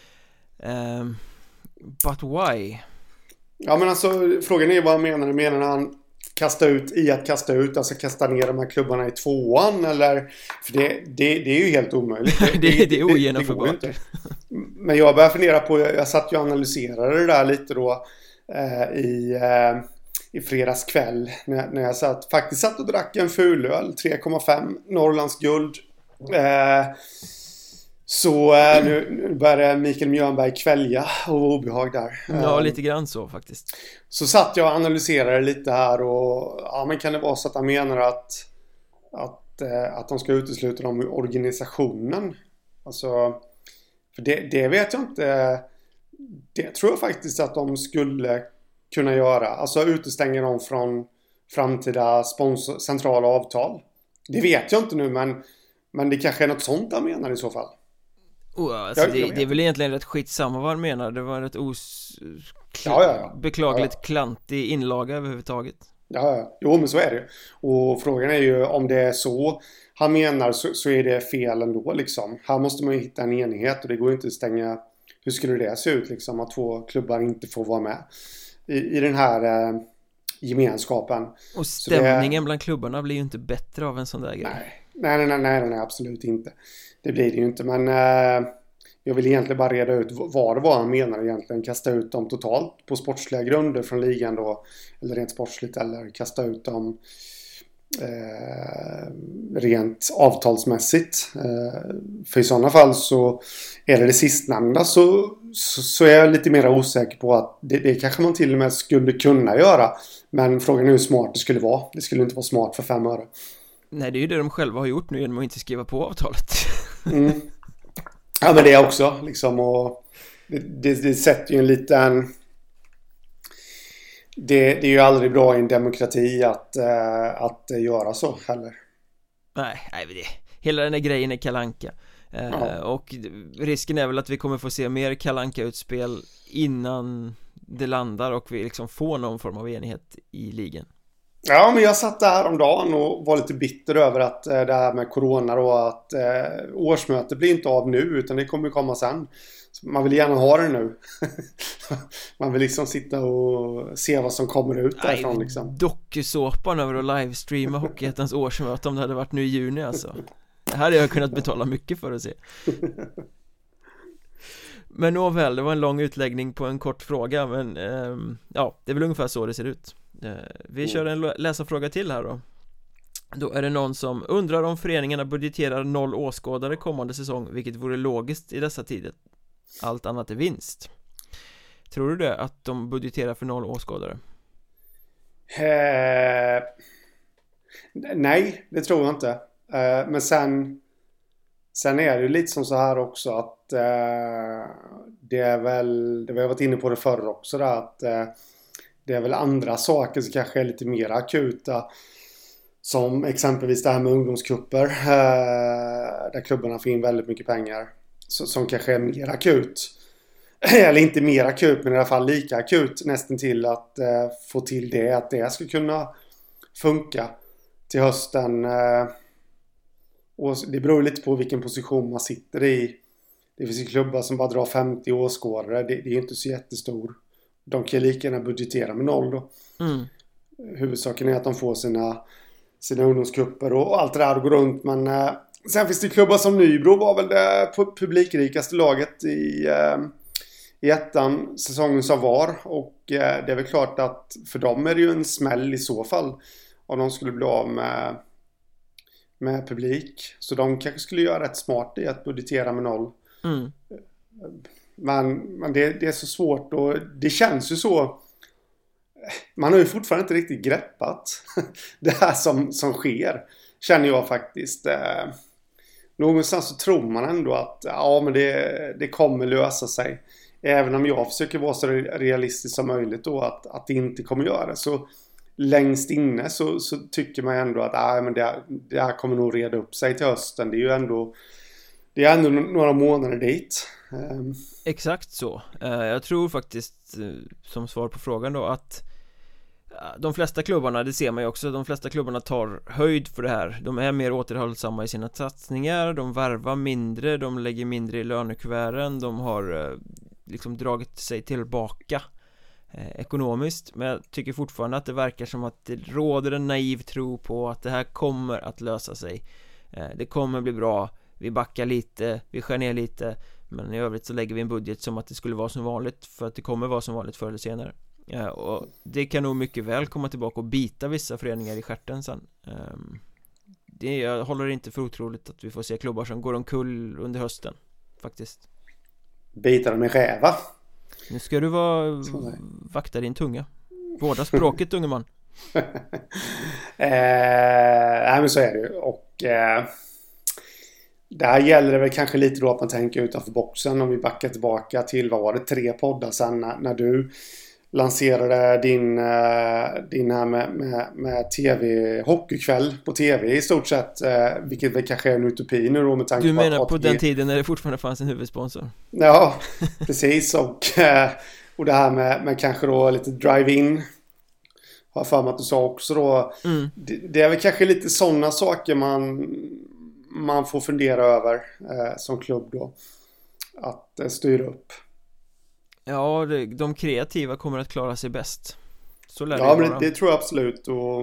But why? Ja, men alltså frågan är vad menar han kasta ut, alltså kasta ner de här klubbarna i tvåan, eller för det är ju helt omöjligt. det är ogenomförbart. Men jag började fundera på, jag satt ju och analyserade det där lite då i fredags kväll när jag faktiskt satt och drack en fulöl, 3,5 Norrlands guld. Så nu börjar Mikael Mjörnberg kvälja och obehag där. Ja, lite grann så faktiskt. Så satt jag och analyserade lite här och ja, men kan det vara så att han menar att de ska utesluta dem ur organisationen? Alltså, för det vet jag inte. Det tror jag faktiskt att de skulle kunna göra. Alltså utestänga dem från framtida centrala avtal. Det vet jag inte nu, men det kanske är något sånt han menar i så fall. Alltså det är väl egentligen rätt skitsamma vad han menar. Det var rätt beklagligt klantig inlaga överhuvudtaget. Ja. Jo, men så är det. Och frågan är ju om det är så han menar, så är det fel ändå liksom. Här måste man ju hitta en enighet och det går ju inte att stänga. Hur skulle det se ut liksom, att 2 klubbar inte får vara med i den här gemenskapen. Och stämningen bland klubbarna blir ju inte bättre av en sån där grej. Nej, absolut inte. Det blir det ju inte, men jag vill egentligen bara reda ut vad det var han menar egentligen. Kasta ut dem totalt på sportsliga grunder från ligan då, eller rent sportsligt, eller kasta ut dem rent avtalsmässigt. För i sådana fall så är det sistnämnda, så är jag lite mer osäker på att det kanske man till och med skulle kunna göra, men frågan är hur smart det skulle vara. Det skulle inte vara smart för 5 öre. Nej, det är ju det de själva har gjort nu genom att inte skriva på avtalet. Ja, men det är också liksom, och det sätter ju en liten. Det är ju aldrig bra i en demokrati att göra så heller. Nej, hela den här grejen är Kalle Anka. Och risken är väl att vi kommer få se mer Kalle Anka-utspel innan det landar och vi liksom får någon form av enighet i ligan. Ja, men jag satt där om dagen och var lite bitter över att det här med corona då, att årsmötet blir inte av nu utan det kommer komma sen. Så man vill gärna ha det nu. Man vill liksom sitta och se vad som kommer ut därifrån liksom. Dokusåpan över att livestreama Hockeyettans årsmöte om det hade varit nu i juni alltså. Det här hade jag kunnat betala mycket för att se. Men nåväl, det var en lång utläggning på en kort fråga. Men ja, det är väl ungefär så det ser ut. Vi kör en läsarfråga till här då. Då är det någon som undrar om föreningarna budgeterar 0 åskådare kommande säsong, vilket vore logiskt i dessa tider. Allt annat är vinst. Tror du det, att de budgeterar för 0 åskådare? Nej, det tror jag inte. Men sen är det ju lite som så här också att det är väl, det vi har varit inne på det förr också där, att det är väl andra saker som kanske är lite mer akuta, som exempelvis det här med ungdomscuper där klubbarna får in väldigt mycket pengar, som kanske är mer akut, eller inte mer akut men i alla fall lika akut nästan till att få till det, att det ska kunna funka till hösten. Och det beror lite på vilken position man sitter i. Det finns ju klubbar som bara drar 50 åskådare. Det är inte så jättestor. De kan lika gärna budgetera med 0 då. Huvudsaken är att de får sina ungdomscuper och allt det där går runt. Men sen finns det klubbar som Nybro, var väl det publikrikaste laget i ettan säsongen som var. Och det är väl klart att för dem är det ju en smäll i så fall om de skulle bli av med publik. Så de kanske skulle göra rätt smart i att budgetera med 0. Men det är så svårt, och det känns ju så. Man har ju fortfarande inte riktigt greppat det här som sker, känner jag faktiskt. Någonstans så tror man ändå att ja, men det kommer lösa sig. Även om jag försöker vara så realistisk som möjligt då, att det inte kommer göra det. Så längst inne så tycker man ändå att men det här kommer nog reda upp sig till hösten. Det är ändå några månader dit. Exakt så. Jag tror faktiskt, som svar på frågan då, att de flesta klubbarna, det ser man ju också, de flesta klubbarna tar höjd för det här. De är mer återhållsamma i sina satsningar, de värvar mindre, de lägger mindre i lönekuverten, de har liksom dragit sig tillbaka ekonomiskt. Men jag tycker fortfarande att det verkar som att det råder en naiv tro på att det här kommer att lösa sig. Det kommer bli bra, vi backar lite, vi skär ner lite, Men i övrigt så lägger vi en budget som att det skulle vara som vanligt, för att det kommer vara som vanligt förr eller senare. Och det kan nog mycket väl komma tillbaka och bita vissa föreningar i stjärten sen. Jag håller inte för otroligt att vi får se klubbar som går omkull under hösten, faktiskt. Bita dem i räva. Nu ska du vakta din tunga. Vårda språket, unge man. Nej, men så är det ju. Och där gäller det väl kanske lite då att man tänker utanför boxen. Om vi backar tillbaka till, vad var det, 3 poddar sen när du lanserade din här med tv, hockeykväll på tv i stort sett, vilket väl kanske är en utopi nu då med tanke på att... Du menar på ATG... den tiden när det fortfarande fanns en huvudsponsor? Ja, precis. Och det här med kanske då lite drive-in, har för mig att du sa också då. Det är väl kanske lite sådana saker man får fundera över som klubb då, att styra upp. Ja, de kreativa kommer att klara sig bäst. Så lär ja, men det tror jag absolut. Och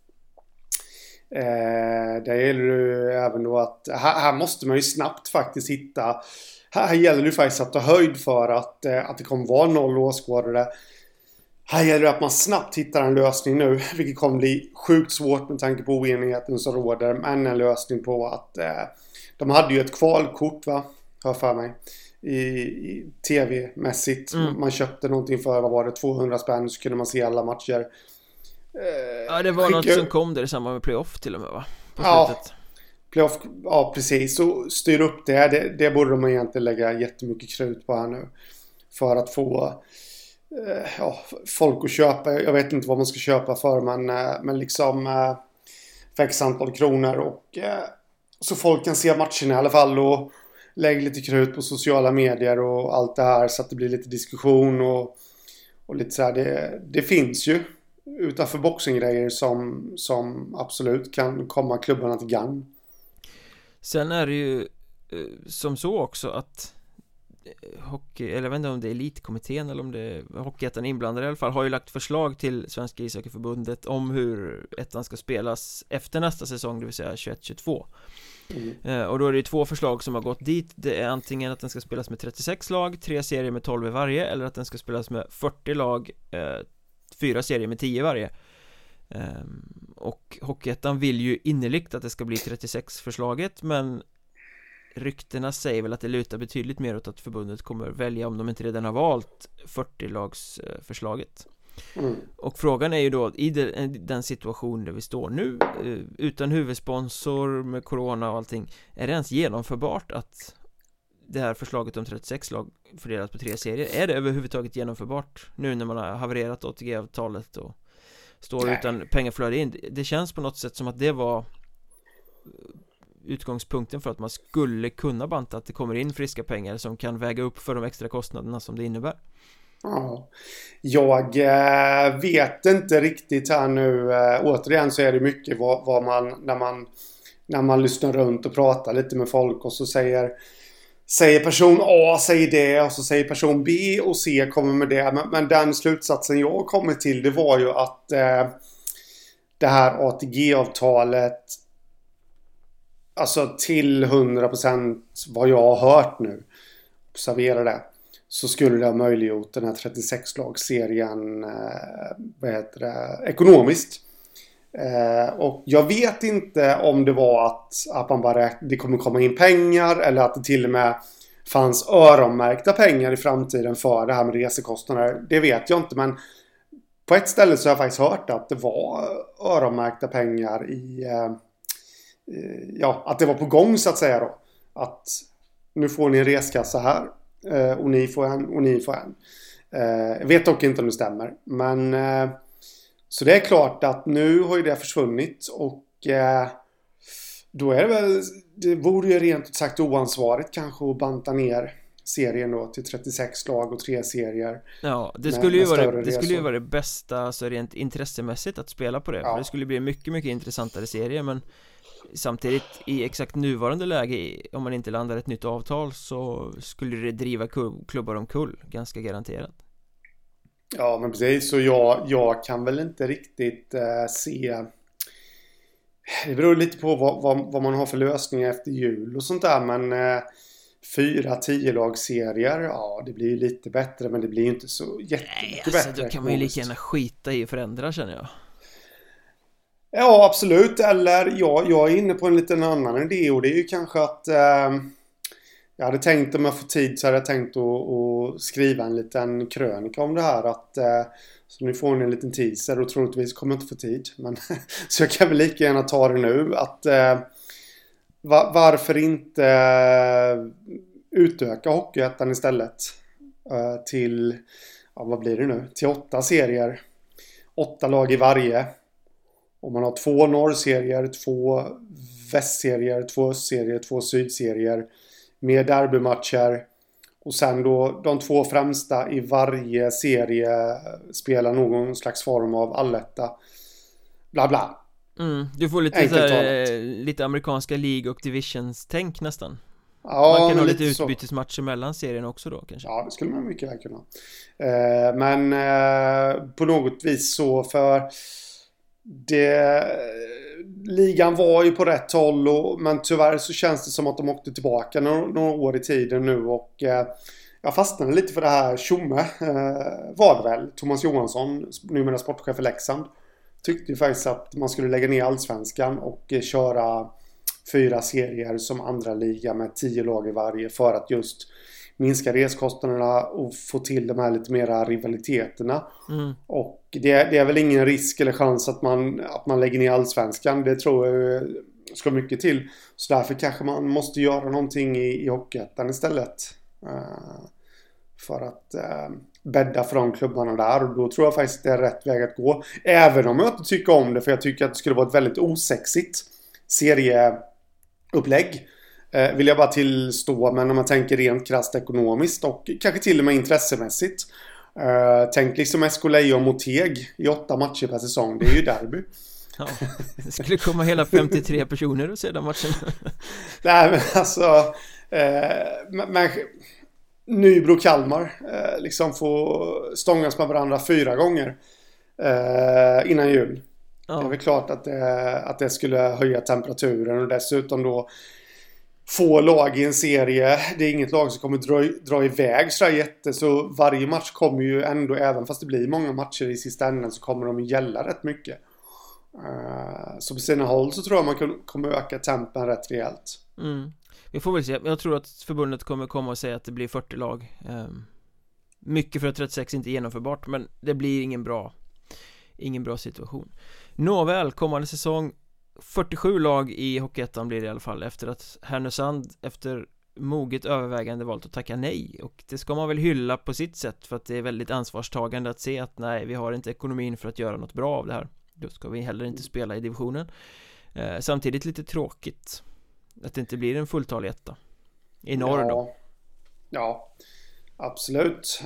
det gäller ju även då att här måste man ju snabbt faktiskt hitta. Här gäller det ju faktiskt att ta höjd för att det kommer vara 0 åskådare. Här gäller det att man snabbt hittar en lösning nu, vilket kommer bli sjukt svårt med tanke på oenigheten som råder. Men en lösning på att de hade ju ett kvalkort, va? Hör för mig. I tv-mässigt. Man köpte någonting för, vad var det, 200 spänn, så kunde man se alla matcher. Ja, det var något som kom där i samband med playoff till och med, va? På slutet. Playoff, ja precis. Så styr upp det borde de egentligen lägga jättemycket krut på här nu. För att få folk att köpa. Jag vet inte vad man ska köpa för, men liksom för x antal kronor. Och så folk kan se matcherna i alla fall, och lägg lite krut på sociala medier och allt det här, så att det blir lite diskussion och lite så här. Det finns ju utanför boxinggrejer som absolut kan komma klubbarna till gagn. Sen är det ju som så också att hockey, eller jag vet inte om det är elitkommittén eller om det är Hockeyettan inblandade i alla fall, har ju lagt förslag till Svenska ishockeyförbundet om hur ettan ska spelas efter nästa säsong, det vill säga 21-22. Och då är det 2 förslag som har gått dit. Det är antingen att den ska spelas med 36 lag, 3 serier med 12 i varje, eller att den ska spelas med 40 lag, 4 serier med 10 i varje. Och Hockeyettan vill ju innerligt att det ska bli 36-förslaget, men ryktena säger väl att det lutar betydligt mer åt att förbundet kommer välja, om de inte redan har valt 40-lagsförslaget. Och frågan är ju då, i den situation där vi står nu, utan huvudsponsor, med corona och allting, är det ens genomförbart att det här förslaget om 36 lag fördelat på 3 serier, är det överhuvudtaget genomförbart nu när man har havererat ATG-avtalet och står utan pengaflöde in? Det känns på något sätt som att det var utgångspunkten för att man skulle kunna banta, att det kommer in friska pengar som kan väga upp för de extra kostnaderna som det innebär. Ja, jag vet inte riktigt här nu. Återigen så är det mycket vad man när man lyssnar runt och pratar lite med folk, och så säger person A säger det, och så säger person B och C kommer med det. Men den slutsatsen jag kommer till, det var ju att det här ATG-avtalet, alltså till 100% vad jag har hört nu, observera det, så skulle det ha möjliggjort den här 36-lagsserien ekonomiskt. Och jag vet inte om det var att man bara det kommer komma in pengar, eller att det till och med fanns öronmärkta pengar i framtiden för det här med resekostnader. Det vet jag inte, men på ett ställe så har jag faktiskt hört att det var öronmärkta pengar att det var på gång, så att säga då. Att nu får ni en reskassa här, och ni får en. Jag vet dock inte om det stämmer, men så det är klart att nu har ju det försvunnit, och då är det väl, det vore ju rent ut sagt oansvarigt kanske att banta ner serien då till 36 lag och 3 serier. Ja, det skulle ju vara det bästa, alltså rent intressemässigt, att spela på det. Ja. För det skulle bli en mycket, mycket intressantare serie, men samtidigt i exakt nuvarande läge, om man inte landar ett nytt avtal, så skulle det driva klubbar omkull, ganska garanterat. Ja, men precis, så jag kan väl inte riktigt se. Det beror lite på vad man har för lösningar efter jul och sånt där, men 4 10-lagsserier, ja det blir ju lite bättre, men det blir ju inte så jättemycket bättre. Då kan man ju lika gärna skita i och förändra, känner jag. Ja, absolut. Eller jag är inne på en liten annan idé, och det är ju kanske att jag hade tänkt, om jag får tid så hade jag tänkt att skriva en liten krönika om det här, att så nu får ni en liten teaser, och troligtvis kommer jag inte få tid, men så jag kan väl lika gärna ta det nu, att varför inte utöka Hockeyettan istället till, ja, vad blir det nu, till 8 serier, 8 lag i varje. Och man har 2 norrserier, 2 västserier, 2 östserier, 2 sydserier med derbymatcher. Och sen då de 2 främsta i varje serie spelar någon slags form av alletta. Bla bla. Du får lite, såhär, lite amerikanska League och Divisions-tänk nästan. Ja, man kan ha lite utbytesmatcher mellan serien också då kanske. Ja, det skulle man mycket väl kunna. Men på något vis så, för ligan var ju på rätt håll, men tyvärr så känns det som att de åkte tillbaka några år i tiden nu, och jag fastnade lite för det här. Tjomme var det väl, Thomas Johansson, numera sportchef för Leksand, tyckte ju faktiskt att man skulle lägga ner allsvenskan och köra 4 serier som andra liga med 10 lag i varje, för att just minska reskostnaderna och få till de här lite mera rivaliteterna. Och det är väl ingen risk eller chans att man lägger ner allsvenskan. Det tror jag ska mycket till. Så därför kanske man måste göra någonting i Hockeyettan istället. För att bädda för de klubbarna där. Och då tror jag faktiskt det är rätt väg att gå. Även om jag inte tycker om det, för jag tycker att det skulle vara ett väldigt osexigt serieupplägg. Vill jag bara tillstå, men om man tänker rent krasst ekonomiskt och kanske till och med intressemässigt. Tänk liksom SK Lejon mot Teg i 8 matcher per säsong. Det är ju derby. Ja, det skulle komma hela 53 personer och se den matchen. Nej, men alltså Nybro Kalmar liksom få stångas med varandra 4 gånger innan jul. Ja. Det är väl klart att det skulle höja temperaturen, och dessutom då få lag i en serie. Det är inget lag som kommer dra iväg så jätte, så varje match kommer ju ändå, även fast det blir många matcher i sista änden, så kommer de gälla rätt mycket. Så på sina håll så tror jag man kommer öka tempen rätt rejält. Vi får väl se. Jag tror att förbundet kommer komma och säga att det blir 40 lag. Mycket för att 36 inte är genomförbart, men det blir ingen bra situation. Nåväl, kommande säsong 47 lag i Hockeyettan blir det i alla fall, efter att Härnösand efter moget övervägande valt att tacka nej. Och det ska man väl hylla på sitt sätt, för att det är väldigt ansvarstagande att se att nej, vi har inte ekonomin för att göra något bra av det här. Då ska vi heller inte spela i divisionen. Samtidigt lite tråkigt att det inte blir en fulltalig etta i norr då. Ja, absolut.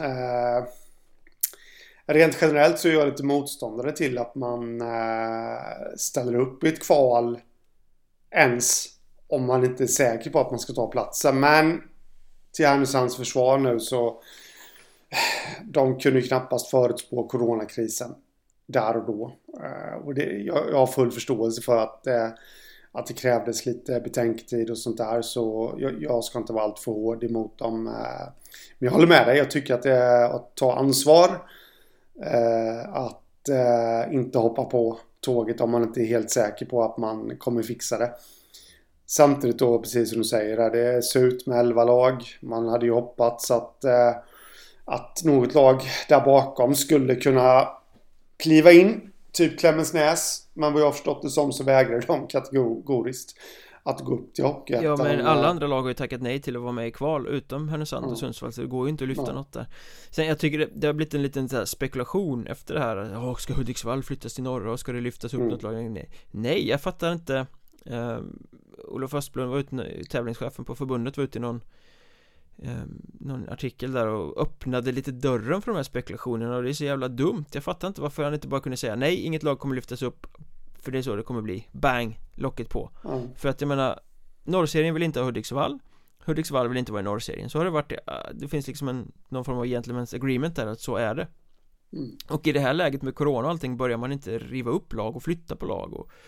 Rent generellt så är jag lite motståndare till att man ställer upp i ett kval ens om man inte är säker på att man ska ta platsen. Men till Härnösands försvar nu, så de kunde knappast förutspå coronakrisen där och då. Och jag har full förståelse för att det krävdes lite betänketid och sånt där, så jag ska inte vara allt för hård emot dem. Men jag håller med dig, jag tycker att det är att ta ansvar, att inte hoppa på tåget om man inte är helt säker på att man kommer fixa det. Samtidigt då, precis som du säger, det är surt med 11 lag. Man hade ju hoppats att något lag där bakom skulle kunna kliva in, typ Klemensnäs, men vad jag har förstått det som så vägrar de kategoriskt att gå upp till Hockeyettan. Ja, men alla andra lag har ju tackat nej till att vara med i kval utom Härnösand och Sundsvall, så det går ju inte att lyfta något där. Sen jag tycker det har blivit en liten så här spekulation efter det här. Ska Hudiksvall flyttas till norra och ska det lyftas upp något lag? Nej, jag fattar inte. Olof Östblom var ute, tävlingschefen på förbundet, var ute i någon artikel där och öppnade lite dörren för de här spekulationerna, och det är så jävla dumt. Jag fattar inte varför han inte bara kunde säga nej, inget lag kommer lyftas upp, för det är så det kommer bli. Bang, locket på. För att jag menar, norrserien vill inte ha Hudiksvall vill inte vara i norrserien. Så har det varit. Det finns liksom någon form av gentleman's agreement där, att så är det. Och i det här läget med corona och allting börjar man inte riva upp lag och flytta på lag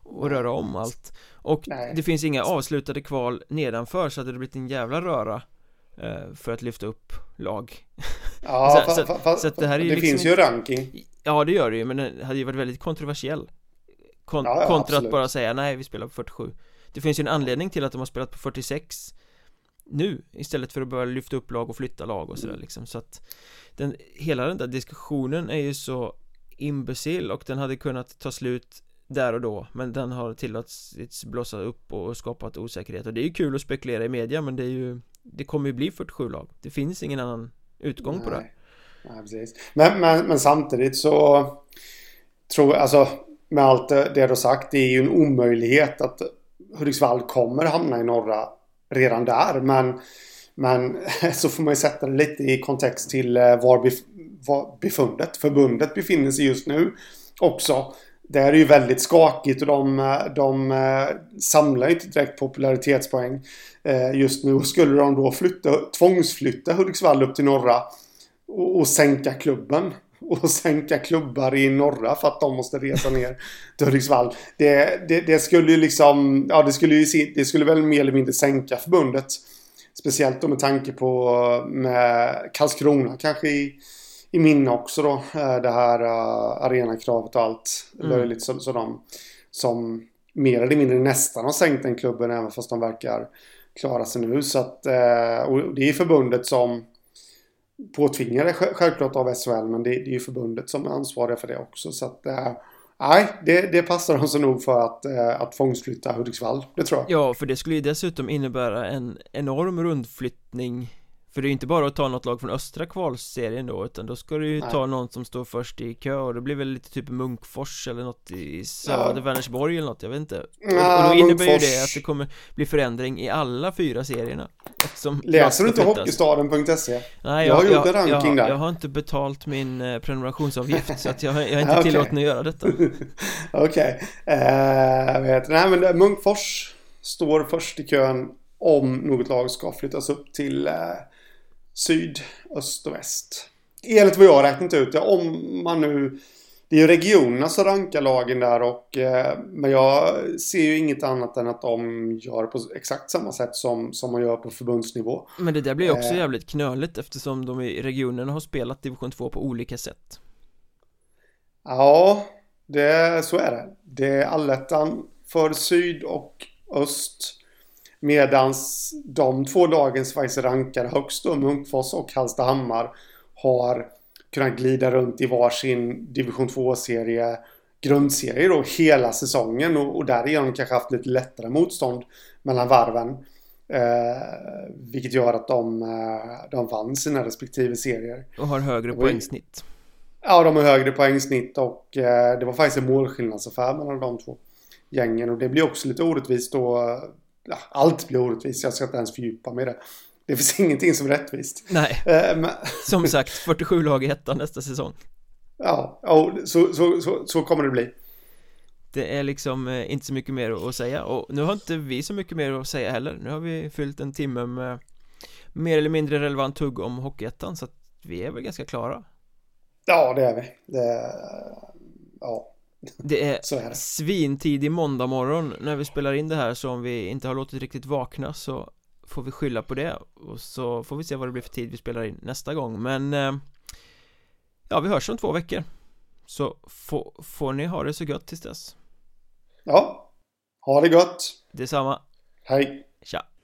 och röra om allt. Och det finns inga avslutade kval nedanför, så hade det blivit en jävla röra för att lyfta upp lag. Ja, så att det här är det liksom finns ju ranking. Ja, det gör det ju, men den hade ju varit väldigt kontroversiell kontra absolut. att bara säga nej, vi spelar på 47. Det finns ju en anledning till att de har spelat på 46 nu, istället för att börja lyfta upp lag och flytta lag och sådär liksom. Så att hela den där diskussionen är ju så imbecill, och den hade kunnat ta slut där och då, men den har tillåtits blåsa upp och skapat osäkerhet. Och det är ju kul att spekulera i media, men det kommer ju bli 47 lag. Det finns ingen annan utgång på det. Nej, precis. Men samtidigt så tror jag, alltså med allt det du har sagt, det är ju en omöjlighet att Hudiksvall kommer hamna i norra redan där, men så får man ju sätta det lite i kontext till var förbundet befinner sig just nu också. Det är ju väldigt skakigt, och de samlar inte direkt popularitetspoäng just nu. Skulle de då tvångsflytta Hudiksvall upp till norra och sänka klubben och sänka klubbar i norra för att de måste resa ner till Hudiksvall, det skulle ju liksom, ja, det skulle väl mer eller mindre sänka förbundet, speciellt då med tanke på med Karlskrona kanske i minne också då, det här arenakravet och allt löjligt så de som mer eller mindre nästan har sänkt den klubben, även fast de verkar klara sig nu. Så att, och det är förbundet som påtvingar det självklart av SHL, men det är ju förbundet som är ansvariga för det också. Så att nej, det passar de så nog för att tvångsflytta Hudiksvall, det tror jag. Ja, för det skulle ju dessutom innebära en enorm rundflyttning. För det är ju inte bara att ta något lag från östra kvalserien då, utan då ska du ju ta någon som står först i kö, och det blir väl lite typ Munkfors eller något i söder, Vänersborg eller något, jag vet inte. Och då innebär ju det att det kommer bli förändring i alla 4 serierna. Läser du inte hockeystaden.se? Nej, jag har gjort en ranking där. Jag har inte betalt min prenumerationsavgift, så att jag är inte tillåten att göra detta. Okej. Nej, men Munkfors står först i kön om något lag ska flyttas upp till syd, öst och väst. Enligt vad jag har räknat ut, om man nu, det är ju regionerna som rankar lagen där, men jag ser ju inget annat än att de gör på exakt samma sätt som man gör på förbundsnivå. Men det där blir också jävligt knöligt, eftersom de i regionerna har spelat division 2 på olika sätt. Ja, så är det. Det är allettan för syd och öst, medans de 2 lagen som faktiskt rankar högst, Munkfors och Hallstahammar, har kunnat glida runt i varsin division 2-serie, grundserie då, hela säsongen, och därigenom kanske haft lite lättare motstånd mellan varven, vilket gör att de vann sina respektive serier. Och har högre poängsnitt. Ja, de har högre poängsnitt, och det var faktiskt en målskillnadsaffär mellan de 2 gängen, och det blir också lite orättvist då. Ja, allt blir orättvist, jag ska inte ens fördjupa mig i det. Det finns ingenting som är rättvist. Nej, som sagt, 47 lag i ettan nästa säsong. Ja, så kommer det bli. Det är liksom inte så mycket mer att säga. Och nu har inte vi så mycket mer att säga heller. Nu har vi fyllt en timme med mer eller mindre relevant tugg om hockeyettan, så att vi är väl ganska klara. Ja, det är vi. Det är svintidig måndag morgon när vi spelar in det här, så om vi inte har låtit riktigt vakna så får vi skylla på det, och så får vi se vad det blir för tid vi spelar in nästa gång. Men ja, vi hörs om 2 veckor. Så får ni ha det så gött tills dess. Ja, ha det gött. Detsamma. Hej. Tja.